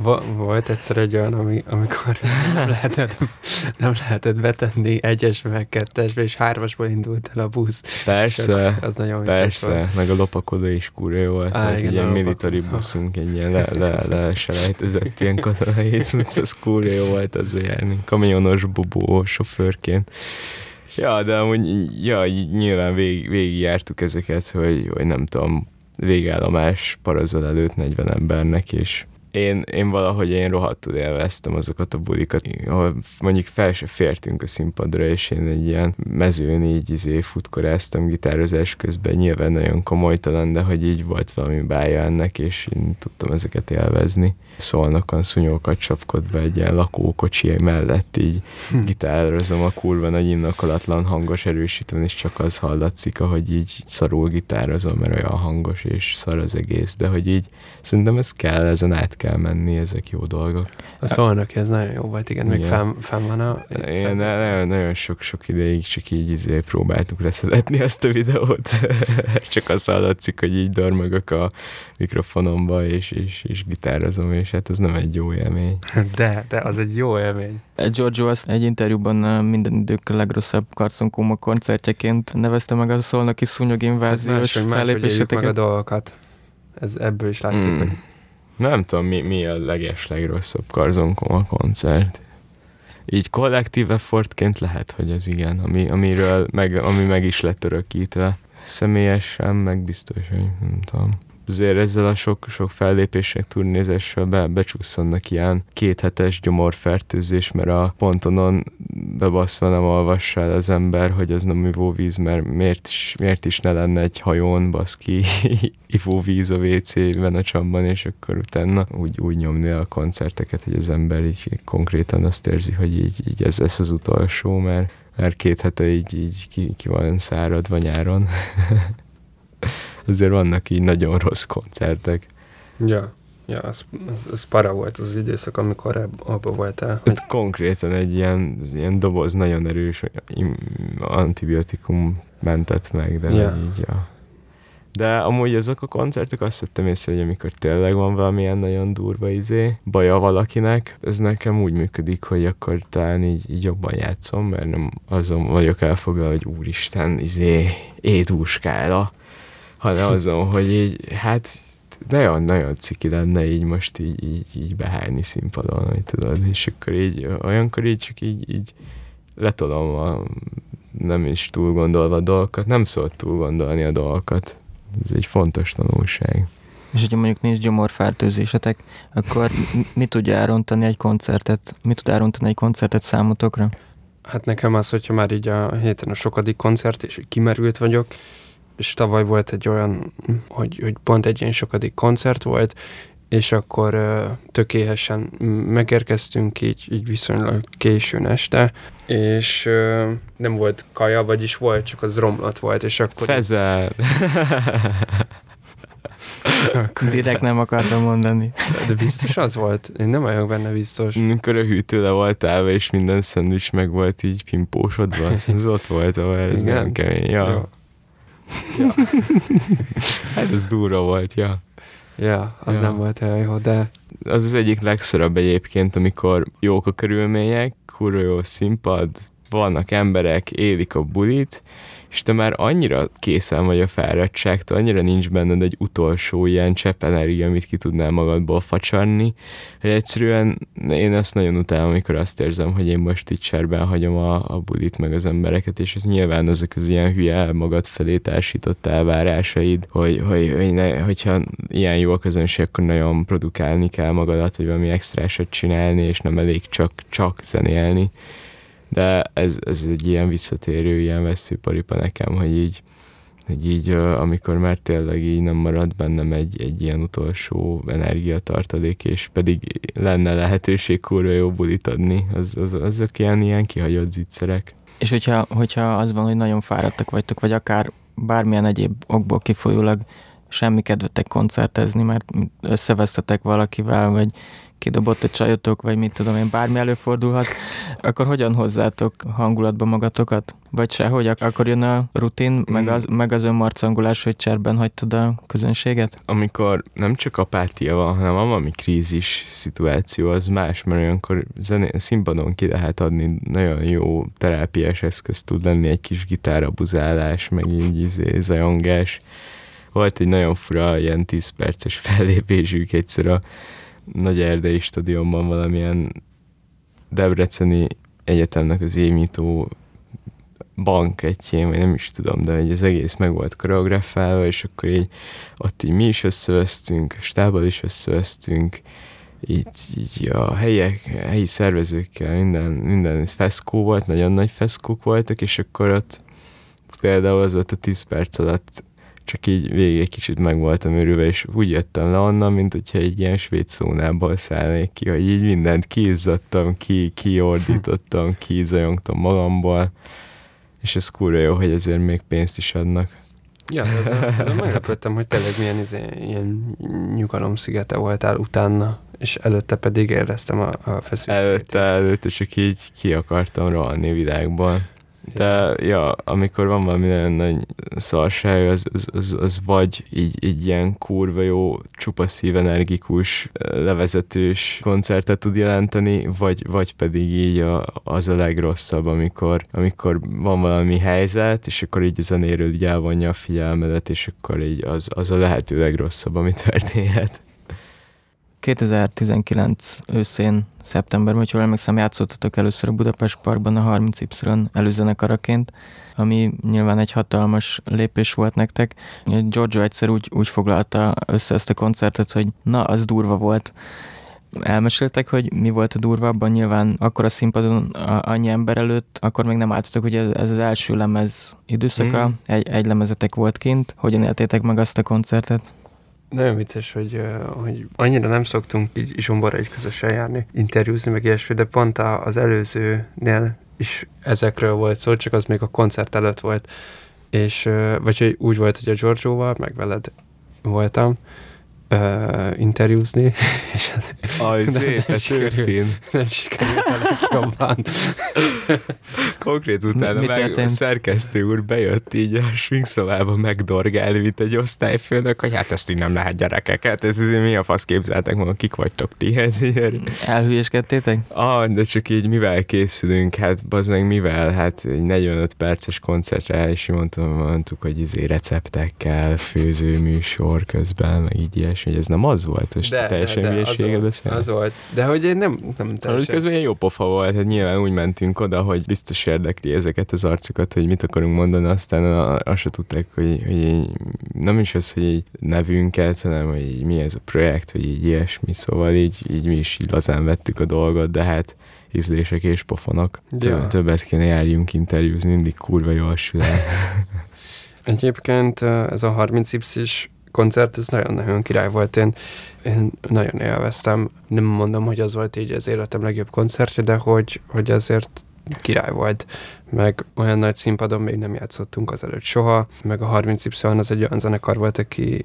volt egyszer egy olyan, ami, amikor nem lehetett, nem lehetett betenni egyesbe, meg kettesbe, és hármasból indult el a busz. Persze, az nagyon persze, volt. Meg a lopakodó is kurva jó volt. Á, ez egy ilyen military buszunk, egy ilyen le, le, le selejtezett ilyen katonai cucc, az kurva jó volt az járni. Kamionos bubó sofőrként. Ja, de amúgy ja, nyilván végig, végig jártuk ezeket, hogy, hogy nem tudom, végállomás parazol előtt negyven embernek, és én, én valahogy én rohadtul élveztem azokat a bulikat, ahol mondjuk fel se fértünk a színpadra, és én egy ilyen mezőn így izé futkoráztam gitározás közben, nyilván nagyon komolytalan, de hogy így volt valami bája ennek, és én tudtam ezeket élvezni. Szolnokon szúnyókat csapkodva egy ilyen lakókocsi mellett így hm. gitározom a kurva nagy indokolatlan hangos erősítőn, és csak az hallatszik, ahogy így szarul gitározom, mert olyan hangos és szar az egész, de hogy így szerintem ez kell, ezen át kell menni, ezek jó dolgok. A Szolnoki, ez nagyon jó volt, igen, még fenn, fenn van a... Igen, nagyon, nagyon sok-sok ideig csak így izé próbáltuk leszedetni azt a videót, csak azt hallatszik, hogy így dormagok a mikrofonomba, és, és, és gitározom, és hát ez nem egy jó élmény. De, de az egy jó élmény. Giorgio azt egy interjúban minden idők legrosszabb karconkóma koncertjeként nevezte meg a Szolnoki szúnyoginváziós fellépéseteket. Meg a dolgokat. Ez ebből is látszik, mm. hogy... Nem tudom, mi, mi a leges legrosszabb karconkóma koncert. Így kollektív effortként lehet, hogy ez igen, ami, amiről meg, ami meg is lett örökítve. Személyesen meg biztos, hogy nem tudom. Azért ezzel a sok, sok fellépések, turnézéssel be, becsúszannak ilyen kéthetes gyomorfertőzés, mert a pontonon bebaszva nem olvassa el az ember, hogy az nem ivóvíz, mert miért is, miért is ne lenne egy hajón, baszki, ivóvíz a vé cében a csapban, és akkor utána úgy, úgy nyomni a koncerteket, hogy az ember így konkrétan azt érzi, hogy így, így ez lesz az utolsó, mert, mert két hete így, így ki, ki van száradva nyáron. Azért vannak így nagyon rossz koncertek. Ja, ja az, az, az para volt az, az időszak, amikor abba voltál. Hogy... Konkrétan egy ilyen, ilyen doboz nagyon erős antibiotikum mentett meg, de ja. így, ja. De amúgy azok a koncertek azt vettem észre, hogy amikor tényleg van valamilyen nagyon durva izé, baja valakinek, ez nekem úgy működik, hogy akkor talán így, így jobban játszom, mert nem azon vagyok elfoglalva, hogy úristen, izé, édúskára, hanem azon, hogy így, hát nagyon-nagyon ciki lenne így most így, így, így behányni színpadon, hogy tudod, és akkor így, olyankor így csak így, így letolom a nem is túl gondolva a dolgokat, nem szólt túl gondolni a dolgokat. Ez egy fontos tanulság. És hogyha mondjuk nincs gyomorfertőzésetek, akkor mi tudja elrontani egy koncertet? Mi tud elrontani egy koncertet számotokra? Hát nekem az, hogyha már így a héten a sokadik koncert, és kimerült vagyok, és tavaly volt egy olyan, hogy, hogy pont egy ilyen sokadik koncert volt, és akkor uh, tökéletesen megérkeztünk így, így viszonylag későn este, és uh, nem volt kaja, vagyis volt, csak az romlott volt, és akkor... Fezel! Direkt nem akartam mondani. De, de biztos az volt? Én nem vagyok benne biztos. Amikor a hűtő le volt állva, és minden szendvics meg volt így pimpósodva, az, az ott volt, ahol ez igen? Nem kemény. Ja. Ja. Ja. Hát ez durva volt, ja. Ja, az ja. nem volt olyan jó, de... Az az egyik legszorabb egyébként, amikor jók a körülmények, kurva jó színpad, vannak emberek, élik a bulit, és te már annyira készen vagy a fáradtságtól, annyira nincs benned egy utolsó ilyen csepp energia, amit ki tudnál magadból facsarni, hogy egyszerűen én ezt nagyon utálom, amikor azt érzem, hogy én most itt cserben hagyom a, a bulit meg az embereket, és ez nyilván ezek az ilyen hülye magad felé társított elvárásaid, hogy, hogy, hogy ne, hogyha ilyen jó a közönség, akkor nagyon produkálni kell magadat, vagy valami extrásat csinálni, és nem elég csak, csak zenélni. De ez, ez egy ilyen visszatérő, ilyen veszőparipa nekem, hogy így, hogy így amikor már tényleg így nem marad bennem egy, egy ilyen utolsó energiatartalék, és pedig lenne lehetőség kurva jó bulit adni, az, az, azok ilyen, ilyen kihagyott zicserek. És hogyha, hogyha az van, hogy nagyon fáradtak vagytok, vagy akár bármilyen egyéb okból kifolyólag semmi kedvetek koncertezni, mert összevesztetek valakivel, vagy kidobott a csajotok, vagy mit tudom én, bármi előfordulhat, akkor hogyan hozzátok hangulatba magatokat? Vagy sehogy, akkor jön a rutin, meg az, meg az önmarcangolás, hogy cserben hagytad a közönséget? Amikor nem csak apátia van, hanem van valami krízis szituáció, az más, mert olyankor zené, színpadon ki lehet adni, nagyon jó terápiás eszköz tud lenni egy kis gitárabuzálás, meg így izé, zajongás. Volt egy nagyon fura, ilyen tíz perces fellépésük egyszer a Nagy Erdei stadionban, valamilyen debreceni egyetemnek az évnyitó banketjén, vagy nem is tudom, de hogy az egész meg volt koreografálva, és akkor így ott így mi is összevesztünk, stábbal is összevesztünk, így, így a helyiek, helyi szervezőkkel minden, minden feszkó volt, nagyon nagy feszkók voltak, és akkor ott például az ott a tíz perc alatt csak így végig egy kicsit meg voltam örülve, és úgy jöttem le onnan, mint hogyha egy ilyen svéd szónából szállnék ki, hogy így mindent kiizzadtam, ki, kiordítottam, kizajongtam magamból, és ez kurva jó, hogy ezért még pénzt is adnak. Ja, azon meglepődtem, hogy tényleg milyen izé, ilyen nyugalomszigete voltál utána, és előtte pedig éreztem a, a feszültséget. Előtte, előtte csak így ki akartam rohanni a világból. De ja, amikor van valami nagyon nagy szarság, az, az, az, az vagy így, így ilyen kurva jó, csupaszív, energikus, levezetős koncertet tud jelenteni, vagy, vagy pedig így a, az a legrosszabb, amikor, amikor van valami helyzet, és akkor így a zenéről így elvonja a figyelmedet, és akkor így az, az a lehető legrosszabb, ami történhet. kétezer-tizenkilenc őszén, szeptemberben, hogy jól emlékszem, játszottatok először a Budapest Parkban a harminc Y előzenekaraként, ami nyilván egy hatalmas lépés volt nektek. Giorgio egyszer úgy, úgy foglalta össze ezt a koncertet, hogy na, az durva volt. Elmeséltek, hogy mi volt a durva abban? Nyilván akkor a színpadon annyi ember előtt, akkor még nem álltatok, hogy ez, ez az első lemez időszaka, mm. egy, egy lemezetek volt kint. Hogyan éltétek meg azt a koncertet? Nagyon vicces, hogy, hogy annyira nem szoktunk így Zsomborra így közösen járni, interjúzni, meg ilyesmi, de pont az előzőnél is ezekről volt szó, csak az még a koncert előtt volt, és vagy hogy úgy volt, hogy a Giorgioval, meg veled voltam uh, interjúzni, és Ajzé, nem, sikerült, nem sikerült a legjobban. Konkrét utána meg a szerkesztő úr bejött így a sminkszobába megdorgálni, mint egy osztályfőnök, hogy hát ezt így nem lehet gyerekeket, ez azért mi a fasz képzeltek maga, kik vagytok ti? Elhülyéskedtétek? Ah, de csak így mivel készülünk, hát bazd meg mivel, hát egy negyvenöt perces koncertre, és mondtam, mondtuk, hogy izé receptekkel, főzőműsor közben, meg így ilyesmi, hogy ez nem az volt, és de, teljesen de, de hülyeséget az, volt, az volt, de hogy én nem, nem teljesen. Közben ilyen jó pofa volt, hát nyilván úgy mentünk oda, hogy biztos érdekli ezeket az arcokat, hogy mit akarunk mondani, aztán azt se tudták, hogy, hogy így, nem is az, hogy így nevünket, hanem hogy így mi ez a projekt, hogy így ilyesmi, szóval így, így mi is így lazán vettük a dolgot, de hát ízlések és pofonok. Ja. Többet kéne járjunk interjúzni, mindig kurva jól sül el. Egyébként ez a harminc Y-s koncert, ez nagyon-nagyon király volt. Én, én nagyon élveztem. Nem mondom, hogy az volt így az életem legjobb koncertje, de hogy, hogy azért király volt. Meg olyan nagy színpadon még nem játszottunk azelőtt soha, meg a harminc Y az egy olyan zenekar volt, aki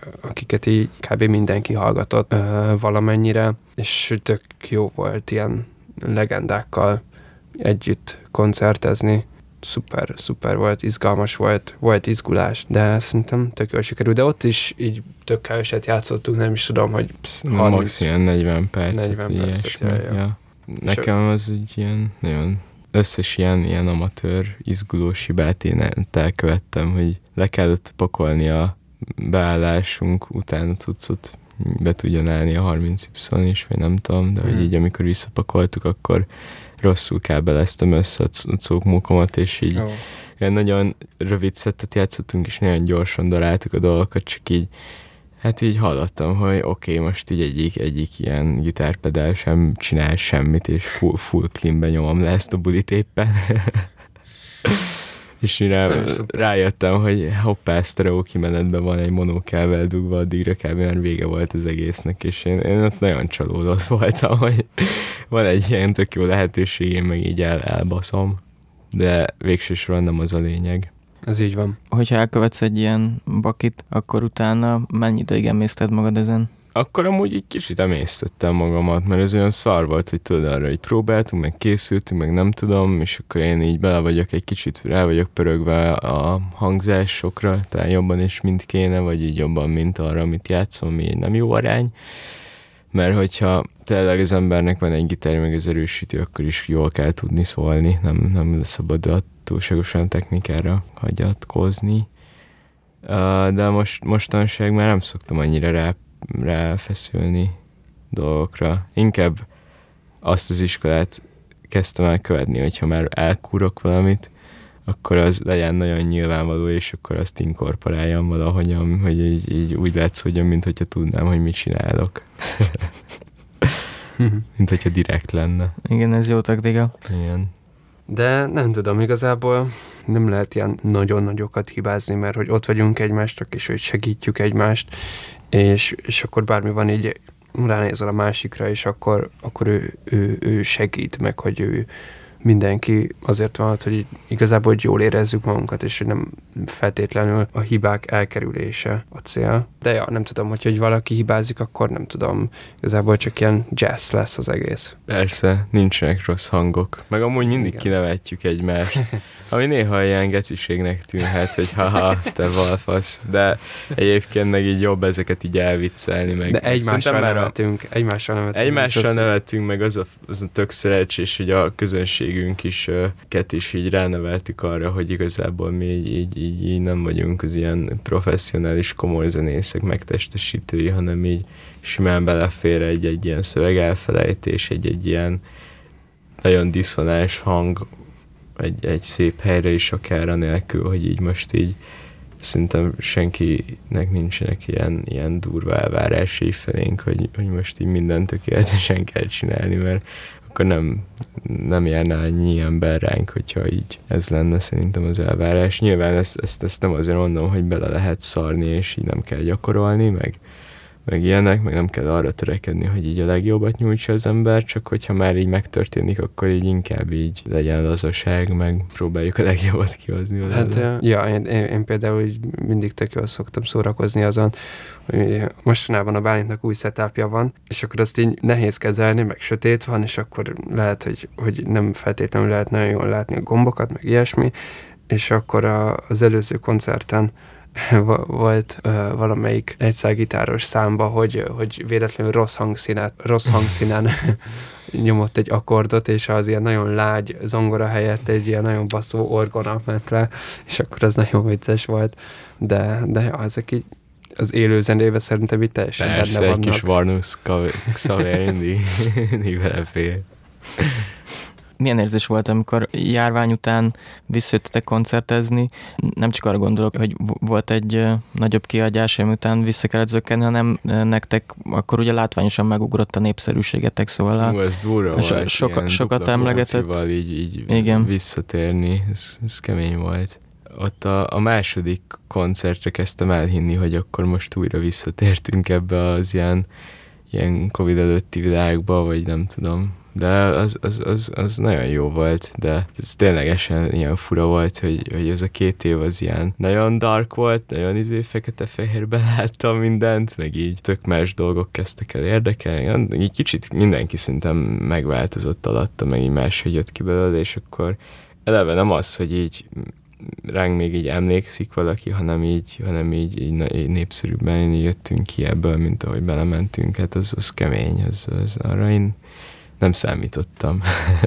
akiket így kb. Mindenki hallgatott ö, valamennyire, és tök jó volt ilyen legendákkal együtt koncertezni. Szuper, szuper volt, izgalmas volt, volt izgulás, de szerintem tök jól sikerült. De ott is így tök keveset játszottunk, nem is tudom, hogy harminc Max ilyen negyven percet. negyven percet, ja, ja. Ja. Nekem az egy ilyen nagyon összes ilyen, ilyen amatőr izgulós hibát én elkövettem, hogy le kellett pakolni a beállásunk után a cuccot, be tudjon állni a harminc Y is, vagy nem tudom, de mm. hogy így amikor visszapakoltuk, akkor rosszul kábeleztem össze a cókmókomat, és így oh. ilyen nagyon rövid szettet játszottunk, és nagyon gyorsan daráltuk a dolgokat, csak így hát így hallottam, hogy oké, okay, most így egyik, egyik ilyen gitárpedál sem csinál semmit, és full, full cleanben nyomom le ezt a bulit éppen. És rá, rájöttem, hogy hoppá, sztereó kimenetben van egy monókábel dugva, addigra kb. Már vége volt az egésznek, és én, én ott nagyon csalódott voltam, hogy van egy ilyen tök jó lehetőség, én meg így el, elbaszom, de végső soron nem az a lényeg. Ez így van. Hogyha elkövetsz egy ilyen bakit, akkor utána mennyi ideig emészted magad ezen? Akkor amúgy egy kicsit emésztettem magamat, mert ez olyan szar volt, hogy tudod arra, hogy próbáltunk, meg készültünk, meg nem tudom, és akkor én így bele vagyok egy kicsit, rá vagyok pörögve a hangzásokra, tehát jobban is, mint kéne, vagy így jobban, mint arra, amit játszom, ami nem jó arány. Mert hogyha tényleg az embernek van egy gitár, meg az erősítő, akkor is jól kell tudni szólni, nem, nem szabad a túlságosan technikára hagyatkozni. De most, mostanság már nem szoktam annyira rá ráfeszülni dolgokra. Inkább azt az iskolát kezdtem el követni, hogyha már elkúrok valamit, akkor az legyen nagyon nyilvánvaló, és akkor azt inkorporáljam valahogyan, hogy így, így úgy látszódjon, mint hogyha tudnám, hogy mit csinálok. Mint hogyha direkt lenne. Igen, ez jó taktika. Igen. De nem tudom, igazából nem lehet ilyen nagyon nagyokat hibázni, mert hogy ott vagyunk egymásnak, és hogy segítjük egymást, és, és akkor bármi van, így ránézel a másikra, és akkor, akkor ő, ő, ő segít meg, hogy ő mindenki azért van, hogy igazából hogy jól érezzük magunkat, és hogy nem feltétlenül a hibák elkerülése a cél. De ja, nem tudom, hogy, hogy valaki hibázik, akkor nem tudom, igazából csak ilyen jazz lesz az egész. Persze, nincsenek rossz hangok. Meg amúgy mindig igen. Kinevetjük egymást. Ami néha ilyen geciségnek tűnhet, hogy haha, te valfasz. De egyébként meg így jobb ezeket így elviccelni. Meg. De egymással nevetünk. A... Egymással nevetünk. Egymással nevetünk, meg az a, az a tök szerencsés, hogy a közönségünk is uh, ket is így ráneveltük arra, hogy igazából mi így, így, így, így nem vagyunk az ilyen professzionális komoly zenészek megtestesítői, hanem így simán belefér egy-egy ilyen szövegelfelejtés, egy-egy ilyen nagyon diszonáns hang, Egy, egy szép helyre is akár anélkül, hogy így most így szerintem senkinek nincsenek ilyen, ilyen durva elvárásai felénk, hogy, hogy most így mindent tökéletesen kell csinálni, mert akkor nem, nem járna ennyi ember ránk, hogyha így ez lenne szerintem az elvárás. Nyilván ezt, ezt, ezt nem azért mondom, hogy bele lehet szarni, és így nem kell gyakorolni, meg meg ilyenek, meg nem kell arra törekedni, hogy így a legjobbat nyújtsa az ember, csak hogyha már így megtörténik, akkor így inkább így legyen lazaság, meg próbáljuk a legjobbat kihozni vele. Hát, ja, én, én, én például így mindig tök jól szoktam szórakozni azon, hogy mostanában a Bálintnak új setupja van, és akkor azt így nehéz kezelni, meg sötét van, és akkor lehet, hogy, hogy nem feltétlenül lehet nagyon jól látni a gombokat, meg ilyesmi, és akkor a, az előző koncerten volt uh, valamelyik egyszálgitáros számba, hogy, hogy véletlenül rossz hangszínet, rossz hangszínen nyomott egy akkordot, és az ilyen nagyon lágy zongora helyett egy ilyen nagyon basszó orgona ment le, és akkor az nagyon vicces volt, de, de ja, ezek így az élő zenébe szerintem itt teljesen persze, benne vannak. Persze, egy kis Varnus Xavier mindig, mindig belefér. Milyen érzés volt, amikor járvány után visszajöttetek koncertezni? Nem csak arra gondolok, hogy volt egy nagyobb kiadás, ami után vissza kellett zökkenni, hanem nektek akkor ugye látványosan megugrott a népszerűségetek, szóval a... Ú, ez durva volt, so, soka, igen, sokat emlegetett. így, így igen. visszatérni, ez, ez kemény volt. Ott a, a második koncertre kezdtem elhinni, hogy akkor most újra visszatértünk ebbe az ilyen, ilyen Covid előtti világba, vagy nem tudom, de az, az, az, az nagyon jó volt, de ez ténylegesen ilyen fura volt, hogy, hogy ez a két év az ilyen nagyon dark volt, nagyon izé fekete-fehérben láttam mindent, meg így tök más dolgok kezdtek el érdekelni. Így kicsit mindenki szerintem megváltozott alatta, meg így máshogy jött ki belőle, és akkor eleve nem az, hogy így ránk még így emlékszik valaki, hanem így, hanem így, így, így népszerűbben így jöttünk ki ebből, mint ahogy belementünk. Hát az, az kemény, az, az arra én nem számítottam.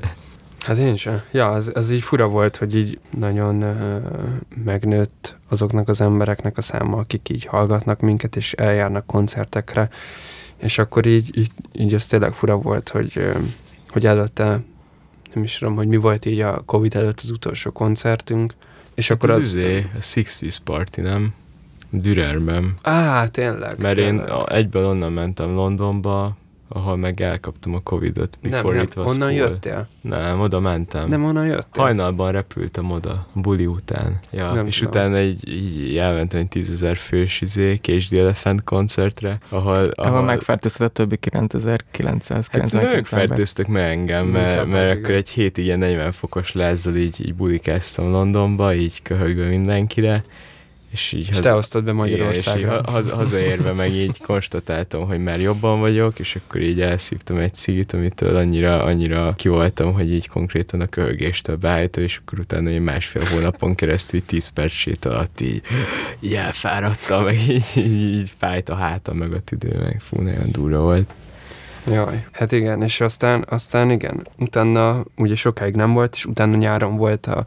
Hát én sem. Ja, az, az így fura volt, hogy így nagyon uh, megnőtt azoknak az embereknek a száma, akik így hallgatnak minket, és eljárnak koncertekre, és akkor így, így, így az tényleg fura volt, hogy, uh, hogy előtte, nem is tudom, hogy mi volt így a Covid előtt az utolsó koncertünk, és hát akkor az... az... Izé, a szixties Party, nem? Dürerben. Á, tényleg. Mert tényleg. én egyből onnan mentem Londonba, ahol meg elkaptam a Covidot. Nem, nem, onnan cool. jöttél? Nem, oda mentem. Nem, onnan jöttél? Hajnalban repültem oda, buli után. Ja, nem, és nem. Utána egy, így elmentem egy tízezer fős izé, Cage the Elephant koncertre, ahol... Ahol, ahol megfertőzted a többi kilencezer-kilencszázkilencvenkilenc hát ők fertőztek meg engem, mert, mert akkor egy hétig ilyen negyven fokos lázzal így, így bulikáztam Londonba, így köhögve mindenkire. És, így és haza, te osztod be Magyarországra. És haza, hazaérve meg így konstatáltam, hogy már jobban vagyok, és akkor így elszívtam egy cigit, amitől annyira, annyira kivoltam, hogy így konkrétan a köhögéstől beállítom, és akkor utána egy másfél hónapon keresztül tíz perc sét alatt így, így elfáradtam, meg így, így, így fájt a hátam, meg a tüdő, meg fú, nagyon durva volt. Jaj, hát igen, és aztán, aztán igen, utána ugye sokáig nem volt, és utána nyáron volt a,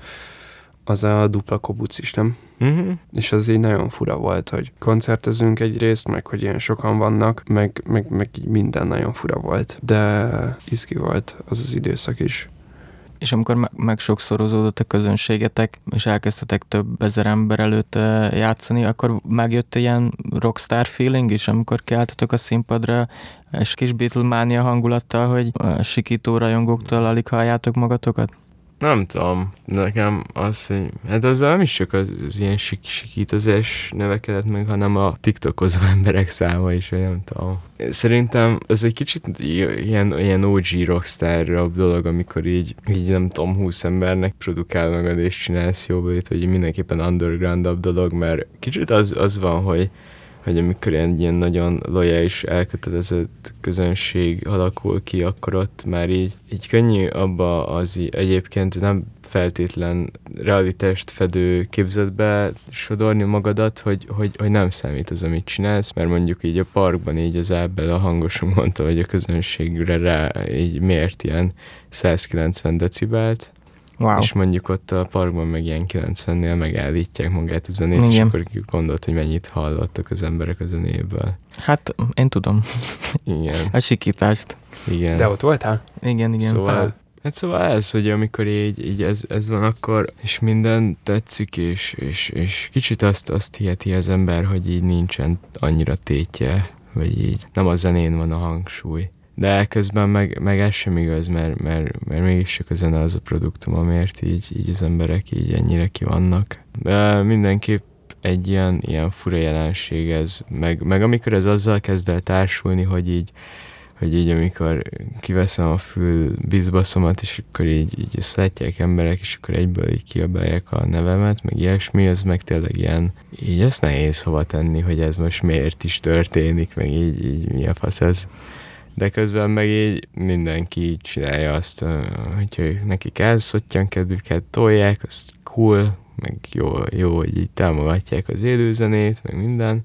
az a dupla kobuc is, nem? Uh-huh. És az így nagyon fura volt, hogy koncertezünk egyrészt, meg hogy ilyen sokan vannak, meg, meg, meg így minden nagyon fura volt. De izgi volt az az időszak is. És amikor me- meg sokszorozódott a közönségetek, és elkezdtetek több ezer ember előtt uh, játszani, akkor megjött ilyen rockstar feeling is, amikor kiálltatok a színpadra, és kis Beatlemania hangulattal, hogy uh, sikító rajongóktól alig halljátok magatokat? Nem tudom, nekem az, hogy hát az nem is csak az, az ilyen sik- sikítozás növekedett meg, hanem a tiktokozó emberek száma is, vagy nem tudom. Szerintem ez egy kicsit ilyen, ilyen o gé rockstar dolog, amikor így, így nem tudom, húsz embernek produkál magad és csinálsz jóbőlét, vagy mindenképpen underground-abb dolog, mert kicsit az, az van, hogy hogy amikor egy ilyen nagyon lojális, elkötelezett közönség alakul ki, akkor ott már így, így könnyű abba az egyébként nem feltétlen realitást fedő képzetbe sodorni magadat, hogy, hogy, hogy nem számít az, amit csinálsz, mert mondjuk így a parkban így az Ábel a hangosan mondta, hogy a közönségre rá így mért ilyen százkilencven decibelt, wow. És mondjuk ott a parkban meg ilyen kilencvennél megállítják magát a zenét, igen. És akkor gondolt, hogy mennyit hallottak az emberek a zenéből. Hát, én tudom. Igen. A sikítást. Igen. De ott voltál? Igen, igen. Szóval, hát szóval ez, hogy amikor így, így ez, ez van, akkor és minden tetszik, és, és, és kicsit azt, azt hiheti az ember, hogy így nincsen annyira tétje, vagy így nem a zenén van a hangsúly. De közben meg, meg ez sem igaz, mert, mert, mert mégis csak a zene az a produktum, amért így, így az emberek így ennyire ki vannak. De mindenképp egy ilyen, ilyen fura jelenség ez, meg, meg amikor ez azzal kezd el társulni, hogy így, hogy így amikor kiveszem a fül bizbaszomat, és akkor így, így ezt látják emberek, és akkor egyből így kiabálják a nevemet, meg ilyesmi, az meg tényleg ilyen, így ezt nehéz hova tenni, hogy ez most miért is történik, meg így, így mi a fasz ez. De közben meg így mindenki így csinálja azt, hogyha nekik elszottyan kedvüket tolják, az cool, meg jó, jó, hogy így támogatják az élőzenét, meg minden.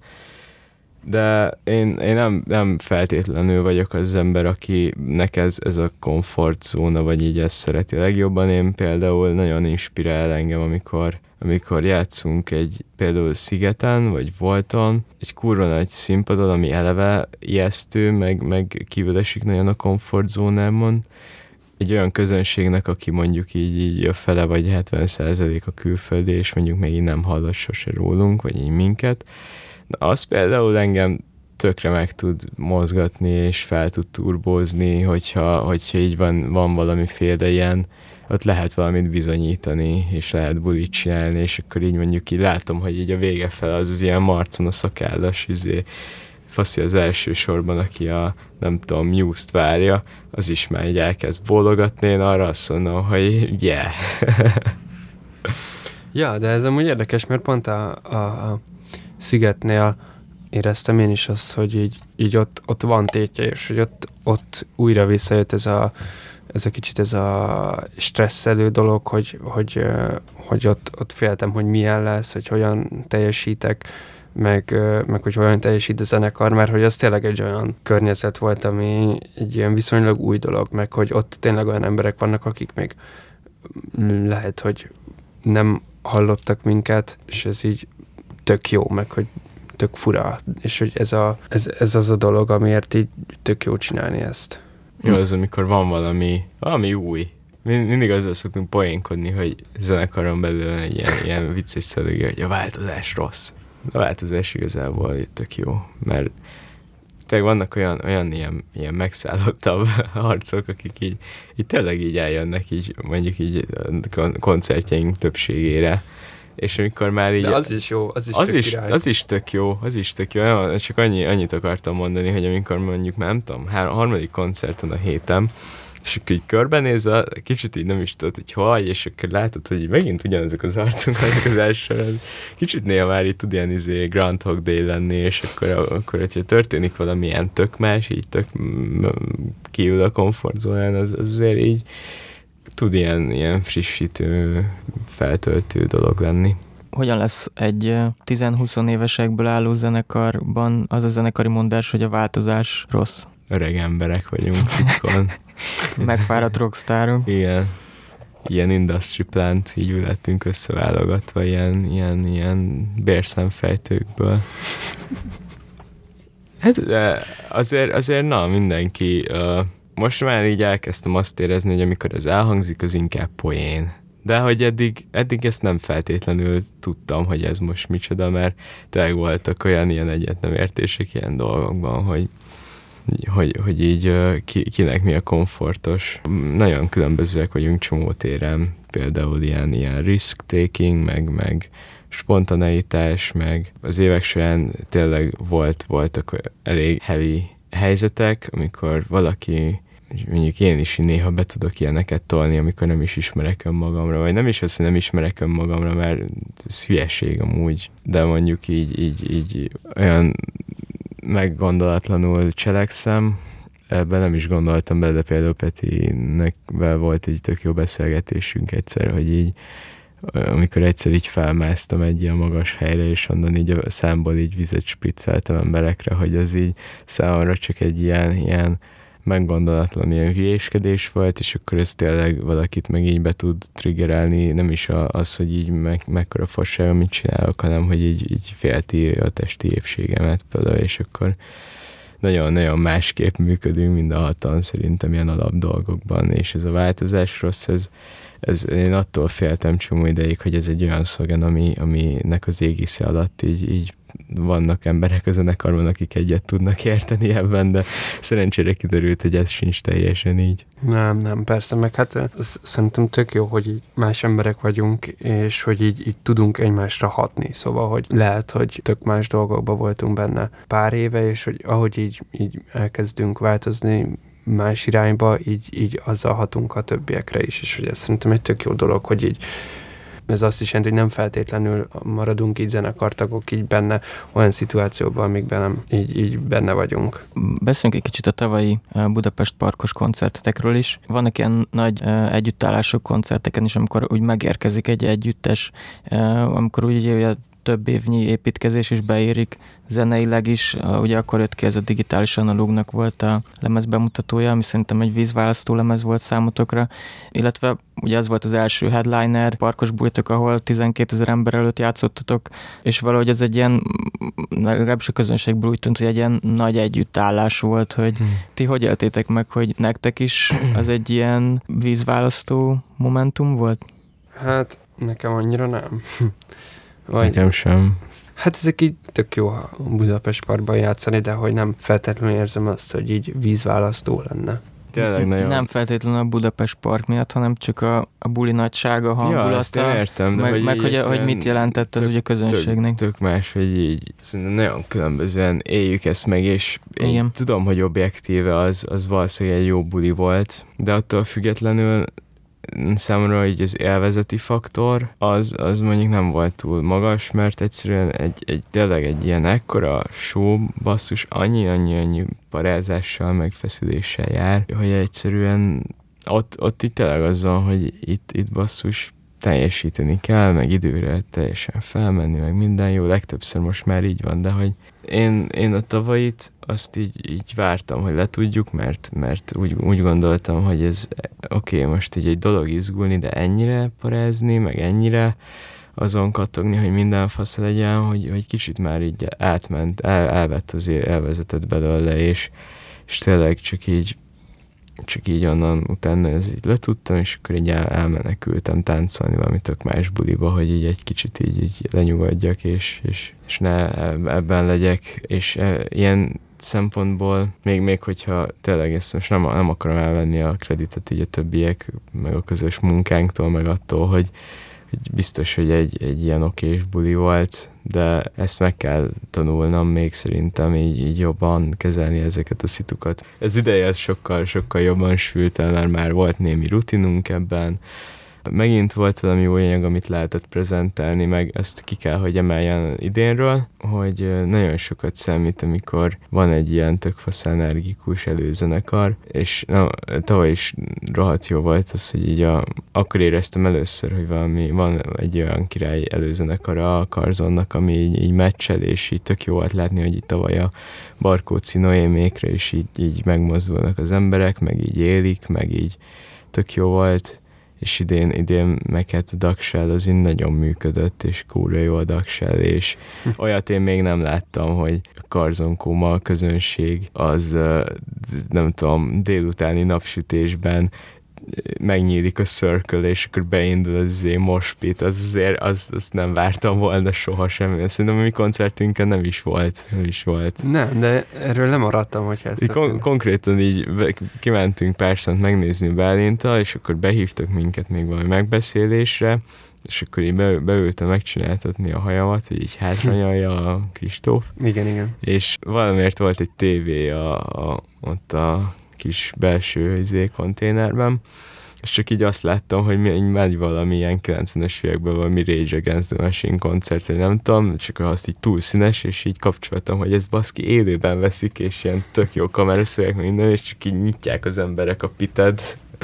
De én, én nem, nem feltétlenül vagyok az ember, akinek ez, ez a komfortzóna, vagy így ezt szereti legjobban. Én például nagyon inspirál engem, amikor amikor játszunk egy például Szigeten, vagy Volton, egy kurva nagy színpadon, ami eleve ijesztő, meg, meg kívül esik nagyon a komfortzónámon, egy olyan közönségnek, aki mondjuk így, így a fele vagy hetven százalék a külföldi, és mondjuk még így nem hallott sose rólunk, vagy így minket. Na, az például engem tökre meg tud mozgatni, és fel tud turbózni, hogyha, hogyha így van, van valamiféle ilyen, ott lehet valamit bizonyítani, és lehet bulit csinálni, és akkor így mondjuk így látom, hogy így a vége fel az az ilyen Marcon a szakállas izé, faszi az első sorban, aki a, nem tudom, Muse-t várja, az is már így elkezd bólogatni, én arra azt mondom, hogy yeah. Ja, de ez amúgy érdekes, mert pont a, a, a Szigetnél éreztem én is azt, hogy így, így ott, ott van tétje, és hogy ott, ott újra visszajött ez a, ez a kicsit ez a stresszelő dolog, hogy, hogy, hogy ott, ott féltem, hogy milyen lesz, hogy hogyan teljesítek, meg, meg hogy hogyan teljesít a zenekar, mert hogy az tényleg egy olyan környezet volt, ami egy ilyen viszonylag új dolog, meg hogy ott tényleg olyan emberek vannak, akik még lehet, hogy nem hallottak minket, és ez így tök jó, meg hogy tök fura, és hogy ez, a, ez, ez az a dolog, amiért így tök jó csinálni ezt. Jó, az, amikor van valami, valami új. Mindig azzal szoktunk poénkodni, hogy zenekaron belül egy ilyen, ilyen vicces szöveg, hogy a változás rossz. A változás igazából tök jó, mert tényleg vannak olyan, olyan ilyen, ilyen megszállottabb arcok, akik így, így tényleg így eljönnek, így mondjuk így koncertjeink többségére. És amikor már így... De az is jó, az is az tök is, király. az is tök jó, az is tök jó. Nem, csak annyi, annyit akartam mondani, hogy amikor mondjuk már nem tudom, három, harmadik koncerten a héten, és akkor így körbenézel, kicsit így nem is tudod, hogy hol, és akkor látod, hogy megint ugyanazok az arcok vannak az első. Kicsit néha már így tud ilyen izé Groundhog Day lenni, és akkor, akkor hogyha történik valamilyen tök más, így tök kiül a komfortzónán, az, az azért így tud ilyen, ilyen frissítő, feltöltő dolog lenni. Hogyan lesz egy tíz-húsz évesekből álló zenekarban az a zenekari mondás, hogy a változás rossz? Öreg emberek vagyunk titkon. Megfáradt rockstárok. Igen. Ilyen industry plant, így lettünk összeválogatva ilyen, ilyen, ilyen bérszemfejtőkből. Hát azért, azért na, mindenki... Uh, most már így elkezdtem azt érezni, hogy amikor ez elhangzik, az inkább poén. De hogy eddig, eddig ezt nem feltétlenül tudtam, hogy ez most micsoda, mert tényleg voltak olyan ilyen egyetnemértések ilyen dolgokban, hogy, hogy, hogy így ki, kinek mi a komfortos. Nagyon különbözőek vagyunk csomó téren, például ilyen, ilyen risk-taking, meg, meg spontaneitás, meg az évek során tényleg volt, voltak elég heavy helyzetek, amikor valaki, mondjuk én is néha be tudok ilyeneket tolni, amikor nem is ismerek önmagamra, vagy nem is azt, hogy nem ismerek önmagamra, mert ez hülyeség amúgy, de mondjuk így, így, így olyan meggondolatlanul cselekszem, ebben nem is gondoltam bele, de például Petinek volt egy tök jó beszélgetésünk egyszer, hogy így amikor egyszer így felmásztam egy ilyen magas helyre, és onnan így a számból így vizet spricceltem emberekre, hogy az így számomra csak egy ilyen, ilyen meggondolatlan ilyen hülyéskedés volt, és akkor ez tényleg valakit meg így be tud triggerelni, nem is az, hogy így meg, mekkora fasság, amit csinálok, hanem hogy így, így félti a testi épségemet például, és akkor nagyon-nagyon másképp működünk mind a hatan szerintem ilyen alap dolgokban, és ez a változás rossz, ez, ez én attól féltem csomó ideig, hogy ez egy olyan szlogen, ami, aminek az égisze alatt így, így vannak emberek a zenekarban, akik egyet tudnak érteni ebben, de szerencsére kiderült, hogy ez sincs teljesen így. Nem, nem, persze, meg hát az, szerintem tök jó, hogy így más emberek vagyunk, és hogy így, így tudunk egymásra hatni, szóval, hogy lehet, hogy tök más dolgokban voltunk benne pár éve, és hogy ahogy így, így elkezdünk változni más irányba, így, így azzal hatunk a többiekre is, és hogy ez szerintem egy tök jó dolog, hogy így ez azt is jelenti, hogy nem feltétlenül maradunk így zenekartagok így benne olyan szituációban, amikben nem így, így benne vagyunk. Beszéljünk egy kicsit a tavalyi Budapest Parkos koncertetekről is. Vannak ilyen nagy együttállások koncerteken is, amikor úgy megérkezik egy együttes, amikor úgy ugye több évnyi építkezés is beérik zeneileg is. Ugye akkor jött ki ez a digitális analógnak volt a lemez bemutatója, ami szerintem egy vízválasztó lemez volt számotokra, illetve ugye az volt az első headliner, Parkos bulitok, ahol tizenkétezer ember előtt játszottatok, és valahogy ez egy ilyen, legalábbis a közönségből úgy tűnt, hogy egy ilyen nagy együttállás volt, hogy hmm. ti hogy éltétek meg, hogy nektek is az egy ilyen vízválasztó momentum volt? Hát nekem annyira nem. Vagy, nekem sem. Hát ezek így tök jó a Budapest Parkban játszani, de hogy nem feltétlenül érzem azt, hogy így vízválasztó lenne. tényleg nagyon... Nem feltétlenül a Budapest Park miatt, hanem csak a, a buli nagysága, hangulata. Ja, ezt én értem, de meg, hogy, meg hogy, hogy mit jelentett ez tök, ugye közönségnek. Tök, tök más, hogy így szerintem nagyon különbözően éljük ezt meg, és én Igen. tudom, hogy objektíve az, az valószínűleg egy jó buli volt, de attól függetlenül számomra így az élvezeti faktor, az, az mondjuk nem volt túl magas, mert egyszerűen egy, egy tényleg egy ilyen ekkora show basszus annyi-annyi-annyi parázással, meg feszüléssel jár, hogy egyszerűen ott, ott itt tényleg az van, hogy itt, itt basszus teljesíteni kell, meg időre teljesen felmenni, meg minden jó, legtöbbször most már így van, de hogy én, én a tavalyit azt így, így vártam, hogy letudjuk, mert, mert úgy, úgy gondoltam, hogy ez oké, okay, most így egy dolog izgulni, de ennyire parázni, meg ennyire azon kattogni, hogy minden fasz legyen, hogy, hogy kicsit már így átment, el, elvett az élvezetet belőle, és, és tényleg csak így csak így onnan utána ez így letudtam, és akkor így el, elmenekültem táncolni valami tök más buliba, hogy így egy kicsit így, így lenyugodjak, és, és, és ne ebben legyek, és e, ilyen szempontból, még, még hogyha tényleg ezt most nem, nem akarom elvenni a kreditet így a többiek, meg a közös munkánktól, meg attól, hogy, hogy biztos, hogy egy, egy ilyen okés buli volt, de ezt meg kell tanulnom még szerintem így, így jobban kezelni ezeket a szitukat. Ez ideje sokkal, sokkal jobban sült el, mert már volt némi rutinunk ebben. Megint volt valami jó anyag, amit lehetett prezentálni, meg ezt ki kell, hogy emeljen idénről, hogy nagyon sokat számít, amikor van egy ilyen tök fasz energikus előzenekar, és na, tavaly is rohadt jó volt az, hogy így a, akkor éreztem először, hogy valami, van egy olyan király előzenekara a Carzonnak, ami így, így meccsel, és így tök jó volt látni, hogy itt tavaly a Barkóczi Noémékre is így, így megmozdulnak az emberek, meg így élik, meg így tök jó volt. És idén, idén meg hát a Dagshell az így nagyon működött, és kúra jó a Dagshell, és olyat én még nem láttam, hogy a Carzon Koma a közönség az, nem tudom, délutáni napsütésben megnyílik a circle, és akkor beindul az azért moshpit, az azért, azt, azt nem vártam volna sohasem. Szerintem a mi koncertünkön nem is volt. Nem is volt. Nem, de erről lemaradtam, hogy ezt Kon- konkrétan így kimentünk persze megnézni Bálintal, és akkor behívtak minket még valami megbeszélésre, és akkor így be, beültem megcsináltatni a hajamat, hogy így hátranyalja a Kristóf. Igen, igen. És valamiért volt egy tévé a, a, ott a kis belső izé, konténerben, és csak így azt láttam, hogy megy valami ilyen kilencvenes években valami Rage Against the Machine koncert, hogy nem tudom, csak azt így túl színes, és így kapcsoltam, hogy ez baszki élőben veszik, és ilyen tök jó kameraszögek minden, és csak így nyitják az emberek a pited.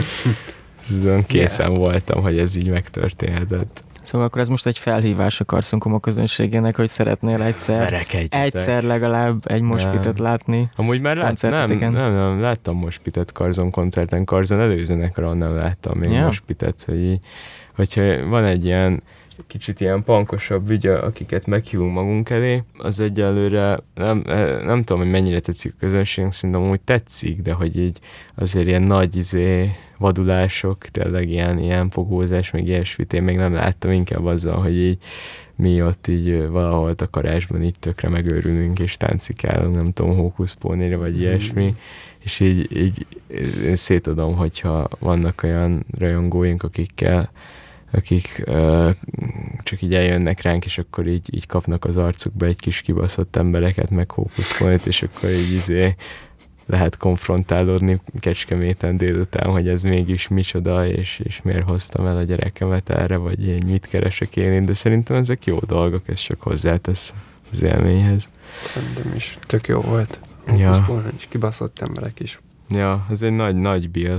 Azon készen yeah. voltam, hogy ez így megtörténhetett. Szóval akkor ez most egy felhívás a Carzon Koma közönségének, hogy szeretnél egyszer, egyszer legalább egy moshpitet látni. Amúgy már lát, nem, nem, nem, nem, láttam moshpitet Carzon koncerten, Carzon előzenekarán nem láttam még yeah. moshpitet, hogy így, hogyha van egy ilyen kicsit ilyen pankosabb ügy, akiket meghívunk magunk elé, az egyelőre nem, nem tudom, hogy mennyire tetszik a közönségnek, szerintem úgy tetszik, de hogy így azért ilyen nagy izé, vadulások, tényleg ilyen, ilyen fogózás, meg ilyesmit én még nem láttam, inkább azzal, hogy így mi ott így valahol a karásban így tökre megőrülünk és táncikálunk, nem tudom, hókuszpónére vagy ilyesmi, mm. és így, így én szétadom, hogyha vannak olyan rajongóink, akikkel akik uh, csak így eljönnek ránk, és akkor így, így kapnak az arcukba egy kis kibaszott embereket, meg hókuszpónit, és akkor így izé lehet konfrontálódni Kecskeméten délután, hogy ez mégis micsoda, és, és miért hoztam el a gyerekemet erre, vagy én mit keresek én, de szerintem ezek jó dolgok, ez csak hozzátesz az élményhez. Szerintem is tök jó volt. Ja. És kibaszott emberek is. Ja, ez egy nagy-nagy bill.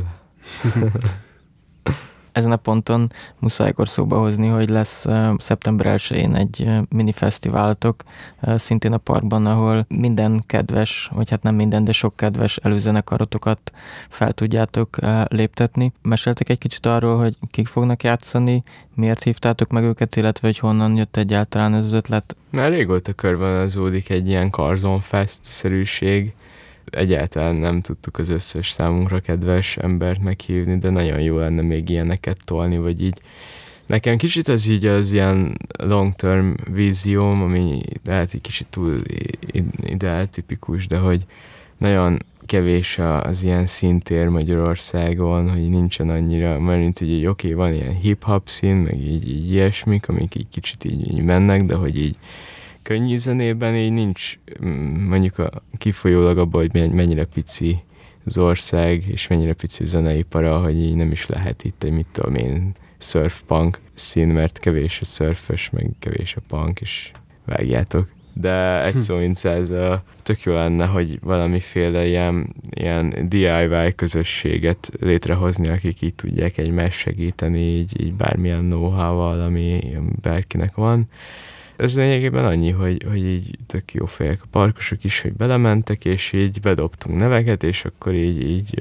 Ezen a ponton muszájkor szóba hozni, hogy lesz uh, szeptember elsején egy uh, mini fesztiválatok, uh, szintén a parkban, ahol minden kedves, vagy hát nem minden, de sok kedves előzenekarotokat fel tudjátok uh, léptetni. Meséltek egy kicsit arról, hogy kik fognak játszani, miért hívtátok meg őket, illetve hogy honnan jött egyáltalán ez az ötlet? Már régóta körvonalazódik egy ilyen Carzon Fest-szerűség. Egyáltalán nem tudtuk az összes számunkra kedves embert meghívni, de nagyon jó lenne még ilyeneket tolni, vagy így. Nekem kicsit az így az ilyen long-term vízióm, ami lehet egy kicsit túl ideáltipikus, de hogy nagyon kevés az ilyen színtér Magyarországon, hogy nincsen annyira, mert így oké, okay, van ilyen hip-hop szín, meg így, így ilyesmik, amik így kicsit így, így mennek, de hogy így könnyű zenében így nincs, mondjuk a, kifolyólag abban, hogy mennyire pici az ország, és mennyire pici zeneipara, hogy így nem is lehet itt egy, mit tudom én, surf-punk szín, mert kevés a surfös, meg kevés a punk, és vágjátok. De egy szó mint száz, tök jó lenne, hogy valamiféle ilyen, ilyen dé i vé közösséget létrehozni, akik így tudják egymást segíteni, így, így bármilyen know-how-val, ami bárkinek van. Ez lényegében annyi, hogy, hogy így tök jó fejek a parkosok is, hogy belementek, és így bedobtunk neveket, és akkor így, így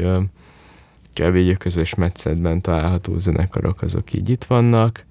kb. Így a közös metszetben található zenekarok, azok így itt vannak.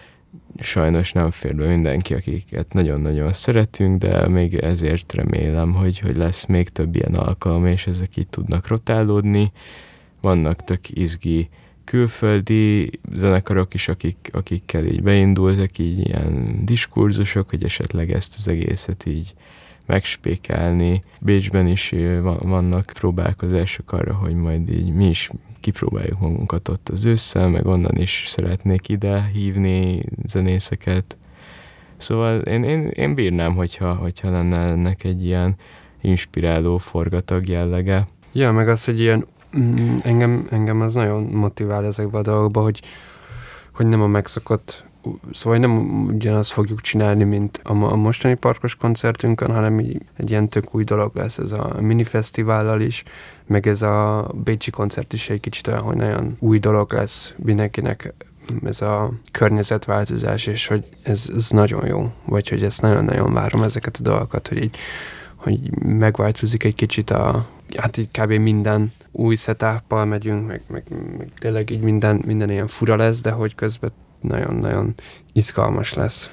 Sajnos nem fér be mindenki, akiket nagyon-nagyon szeretünk, de még ezért remélem, hogy, hogy lesz még több ilyen alkalom, és ezek így tudnak rotálódni. Vannak tök izgi külföldi zenekarok is, akik, akikkel így beindultak, így ilyen diskurzusok, hogy esetleg ezt az egészet így megspékelni. Bécsben is vannak próbálkozások arra, hogy majd így mi is kipróbáljuk magunkat ott az ősszel, meg onnan is szeretnék ide hívni zenészeket. Szóval én, én, én bírnám, hogyha, hogyha lenne ennek egy ilyen inspiráló forgatag jellege. Ja, meg az, hogy ilyen mm, engem, engem az nagyon motivál ezekben a dolgokban, hogy, hogy nem a megszokott, szóval nem ugyanazt fogjuk csinálni, mint a, a mostani parkos koncertünkön, hanem így egy ilyen tök új dolog lesz ez a minifesztivállal is, meg ez a bécsi koncert is egy kicsit olyan, hogy nagyon új dolog lesz mindenkinek, ez a környezetváltozás, és hogy ez, ez nagyon jó, vagy hogy ezt nagyon-nagyon várom ezeket a dolgokat, hogy így, hogy megváltozik egy kicsit a, hát így kb. Minden új setuppal megyünk, meg, meg, meg tényleg így minden, minden ilyen fura lesz, de hogy közben nagyon-nagyon izgalmas lesz.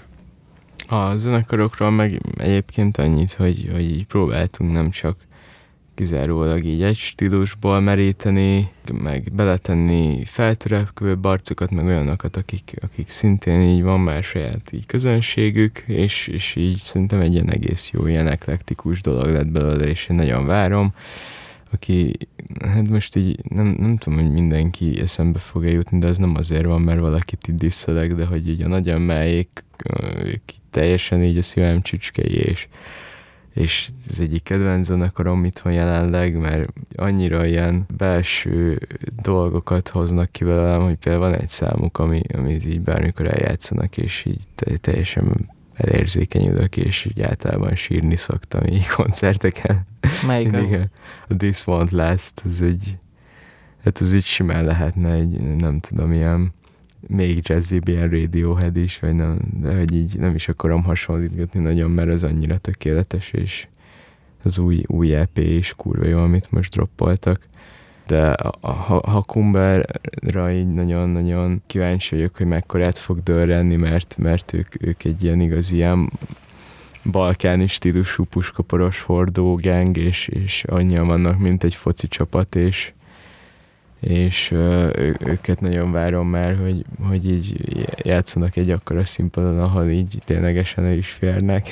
A zenekarokról meg egyébként annyit, hogy, hogy így próbáltunk nem csak kizárólag így egy stílusból meríteni, meg beletenni feltörekvő arcokat, meg olyanokat, akik, akik szintén így van már saját így közönségük, és, és így szerintem egy ilyen egész jó, ilyen eklektikus dolog lett belőle, és én nagyon várom. Aki, hát most így nem, nem tudom, hogy mindenki eszembe fog jutni, de ez nem azért van, mert valakit így disztelek, de hogy így a nagyon mellék, ők teljesen így a szívem csücskei, és, és ez egyik kedvenc zenekarom itthon jelenleg, mert annyira ilyen belső dolgokat hoznak ki velem, hogy például van egy számuk, ami, amit így bármikor eljátszanak, és így teljesen elérzékenyülök, és így általában sírni szoktam így koncerteken. Melyik az? Igen. A This Won't Last, az egy, hát az így simán lehetne egy, nem tudom, ilyen még jazzibb, ilyen Radiohead is, vagy nem, de hogy így nem is akarom hasonlítgatni nagyon, mert az annyira tökéletes, és az új, új é pé is kurva jó, amit most droppoltak. De a, a Hakumberra így nagyon-nagyon kíváncsi vagyok, hogy mekkorát fog dörrenni, mert, mert ők, ők egy ilyen igazi ilyen balkáni stílusú puskaporos hordó gang, és, és annyian vannak, mint egy foci csapat, és, és ő, őket nagyon várom már, hogy, hogy így játszanak egy akkora színpadon, ahol így ténylegesen el is férnek.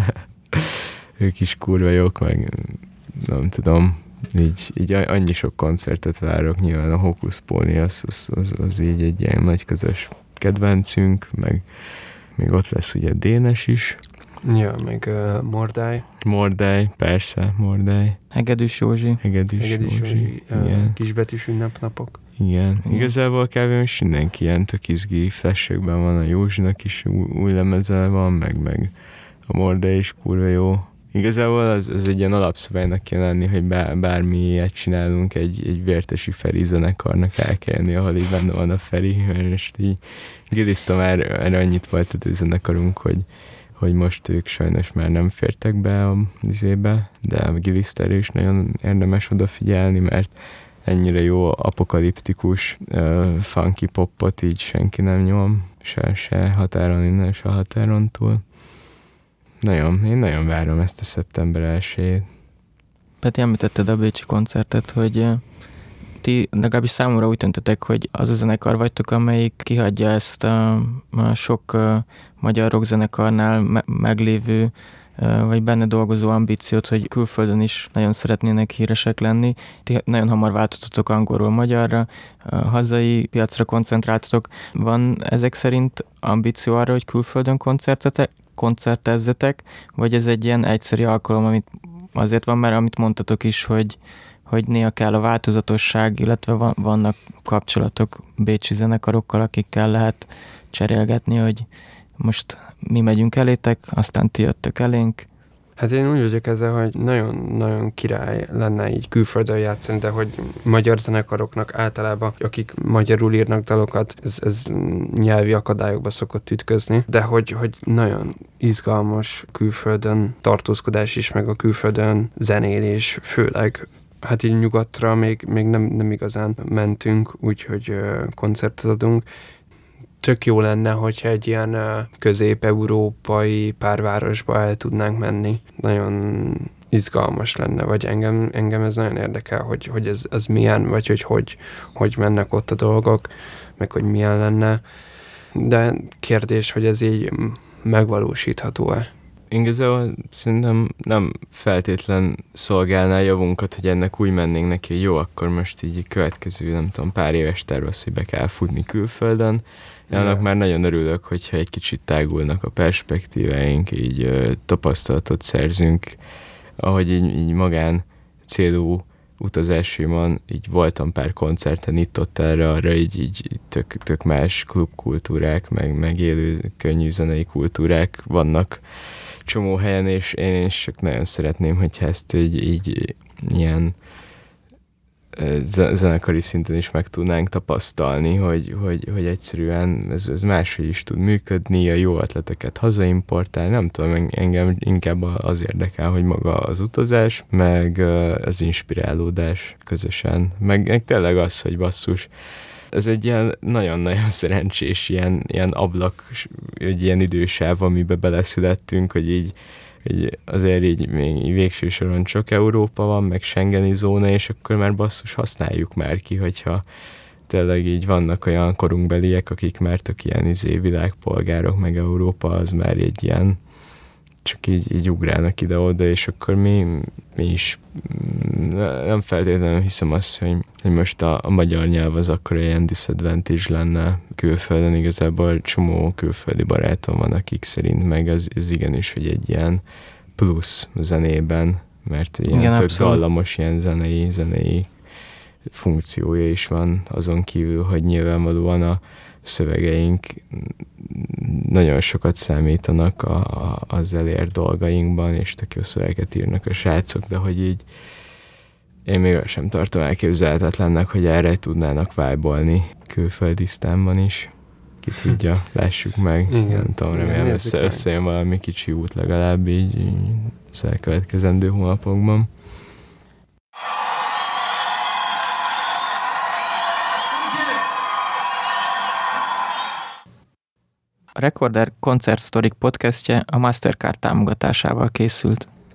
Ők is kurva jók, meg nem tudom, így, így annyi sok koncertet várok, nyilván a Hocus Pony az, az, az, az így egy ilyen nagy közös kedvencünk, meg még ott lesz ugye Dénes is. Ja, meg uh, Mordály. Mordály, persze, Mordály. Hegedűs Józsi. Hegedűs, Hegedűs Józsi, Józsi. igen. Uh, kisbetűs ünnepnapok. Igen. Igen. Igazából kb. Most mindenki ilyen tök izgi flashekben van, a Józsinak is új, új lemeze van, meg, meg a Mordály is kurva jó. Igazából az, az egy ilyen alapszabálynak kell lenni, hogy bár, bármi ilyet csinálunk, egy, egy Vértesi Feri zenekarnak el kell jönni, ahol így benne van a Feri, mert most így Giliszta már erre annyit volt a zenekarunk, hogy, hogy most ők sajnos már nem fértek be a izébe, de a Gilisztára is nagyon érdemes odafigyelni, mert ennyire jó apokaliptikus uh, funky popot így senki nem nyom, se, se határon innen, se határon túl. Nagyon, én nagyon várom ezt a szeptember elsőjét. Peti, említetted a bécsi koncertet, hogy ti legalábbis számomra úgy tűntetek, hogy az a zenekar vagytok, amelyik kihagyja ezt a, a sok uh, magyar rockzenekarnál me- meglévő vagy benne dolgozó ambíciót, hogy külföldön is nagyon szeretnének híresek lenni. Ti nagyon hamar váltottatok angolról magyarra, hazai piacra koncentráltatok. Van ezek szerint ambíció arra, hogy külföldön koncertetek, koncertezzetek, vagy ez egy ilyen egyszeri alkalom, amit azért van, mert amit mondtatok is, hogy, hogy néha kell a változatosság, illetve van, vannak kapcsolatok bécsi zenekarokkal, akikkel lehet cserélgetni, hogy most mi megyünk elétek, aztán ti jöttök elénk. Hát én úgy vagyok ezzel, hogy nagyon-nagyon király lenne így külföldön játszani, de hogy magyar zenekaroknak általában, akik magyarul írnak dalokat, ez, ez nyelvi akadályokba szokott ütközni, de hogy, hogy nagyon izgalmas külföldön tartózkodás is, meg a külföldön zenélés, főleg hát így nyugatra még, még nem, nem igazán mentünk, úgyhogy uh, koncertet adunk. Tök jó lenne, hogyha egy ilyen uh, közép-európai párvárosba el tudnánk menni. Nagyon izgalmas lenne, vagy engem, engem ez nagyon érdekel, hogy, hogy ez, ez milyen, vagy hogy, hogy hogy mennek ott a dolgok, meg hogy milyen lenne. De kérdés, hogy ez így megvalósítható-e? Igazából szerintem nem feltétlen szolgálná javunkat, hogy ennek úgy mennénk neki, hogy jó, akkor most így a következő, nem tudom, pár éves terv az, hogy be kell futni külföldön. Én annak már nagyon örülök, hogyha egy kicsit tágulnak a perspektíváink, így ö, tapasztalatot szerzünk, ahogy így, így magán célú utazásaimon, így voltam pár koncerten itt-ott erre, arra így, így tök, tök más klubkultúrák, meg, meg élő könnyű zenei kultúrák vannak csomó helyen, és én is csak nagyon szeretném, hogyha ezt így, így ilyen zenekari szinten is meg tudnánk tapasztalni, hogy, hogy, hogy egyszerűen ez, ez máshogy is tud működni, a jó ötleteket hazaimportál, nem tudom, engem inkább az érdekel, hogy maga az utazás, meg az inspirálódás közösen, meg, meg tényleg az, hogy basszus, ez egy ilyen nagyon-nagyon szerencsés ilyen, ilyen ablak, egy ilyen idősáv, amiben beleszülettünk, hogy így hogy azért így még végső soron csak Európa van, meg Schengeni zóna, és akkor már basszus használjuk már ki, hogyha tényleg így vannak olyan korunkbeliek, akik már tök ilyen izé világpolgárok, meg Európa az már egy ilyen, csak így, így ugrálnak ide-oda, és akkor mi, mi is nem feltétlenül hiszem azt, hogy, hogy most a, a magyar nyelv az akkor ilyen disadvantage lenne külföldön, igazából csomó külföldi barátom van, akik szerint meg az, az igenis, hogy egy ilyen plusz zenében, mert ilyen igen, tök abszolút. dallamos ilyen zenei, zenei funkciója is van, azon kívül, hogy nyilvánvalóan a szövegeink nagyon sokat számítanak a, a, az elért dolgainkban, és tök jó szöveget írnak a srácok, de hogy így én még sem tartom elképzelhetetlennek, hogy erre tudnának vibe-olni külföldi sztánban is. Ki tudja, lássuk meg. Igen. Nem tudom, remélem össze, összejön valami kicsi út legalább így, így az elkövetkezendő hónapokban. A Rekorder Koncert Sztorik podcastje a Mastercard támogatásával készült.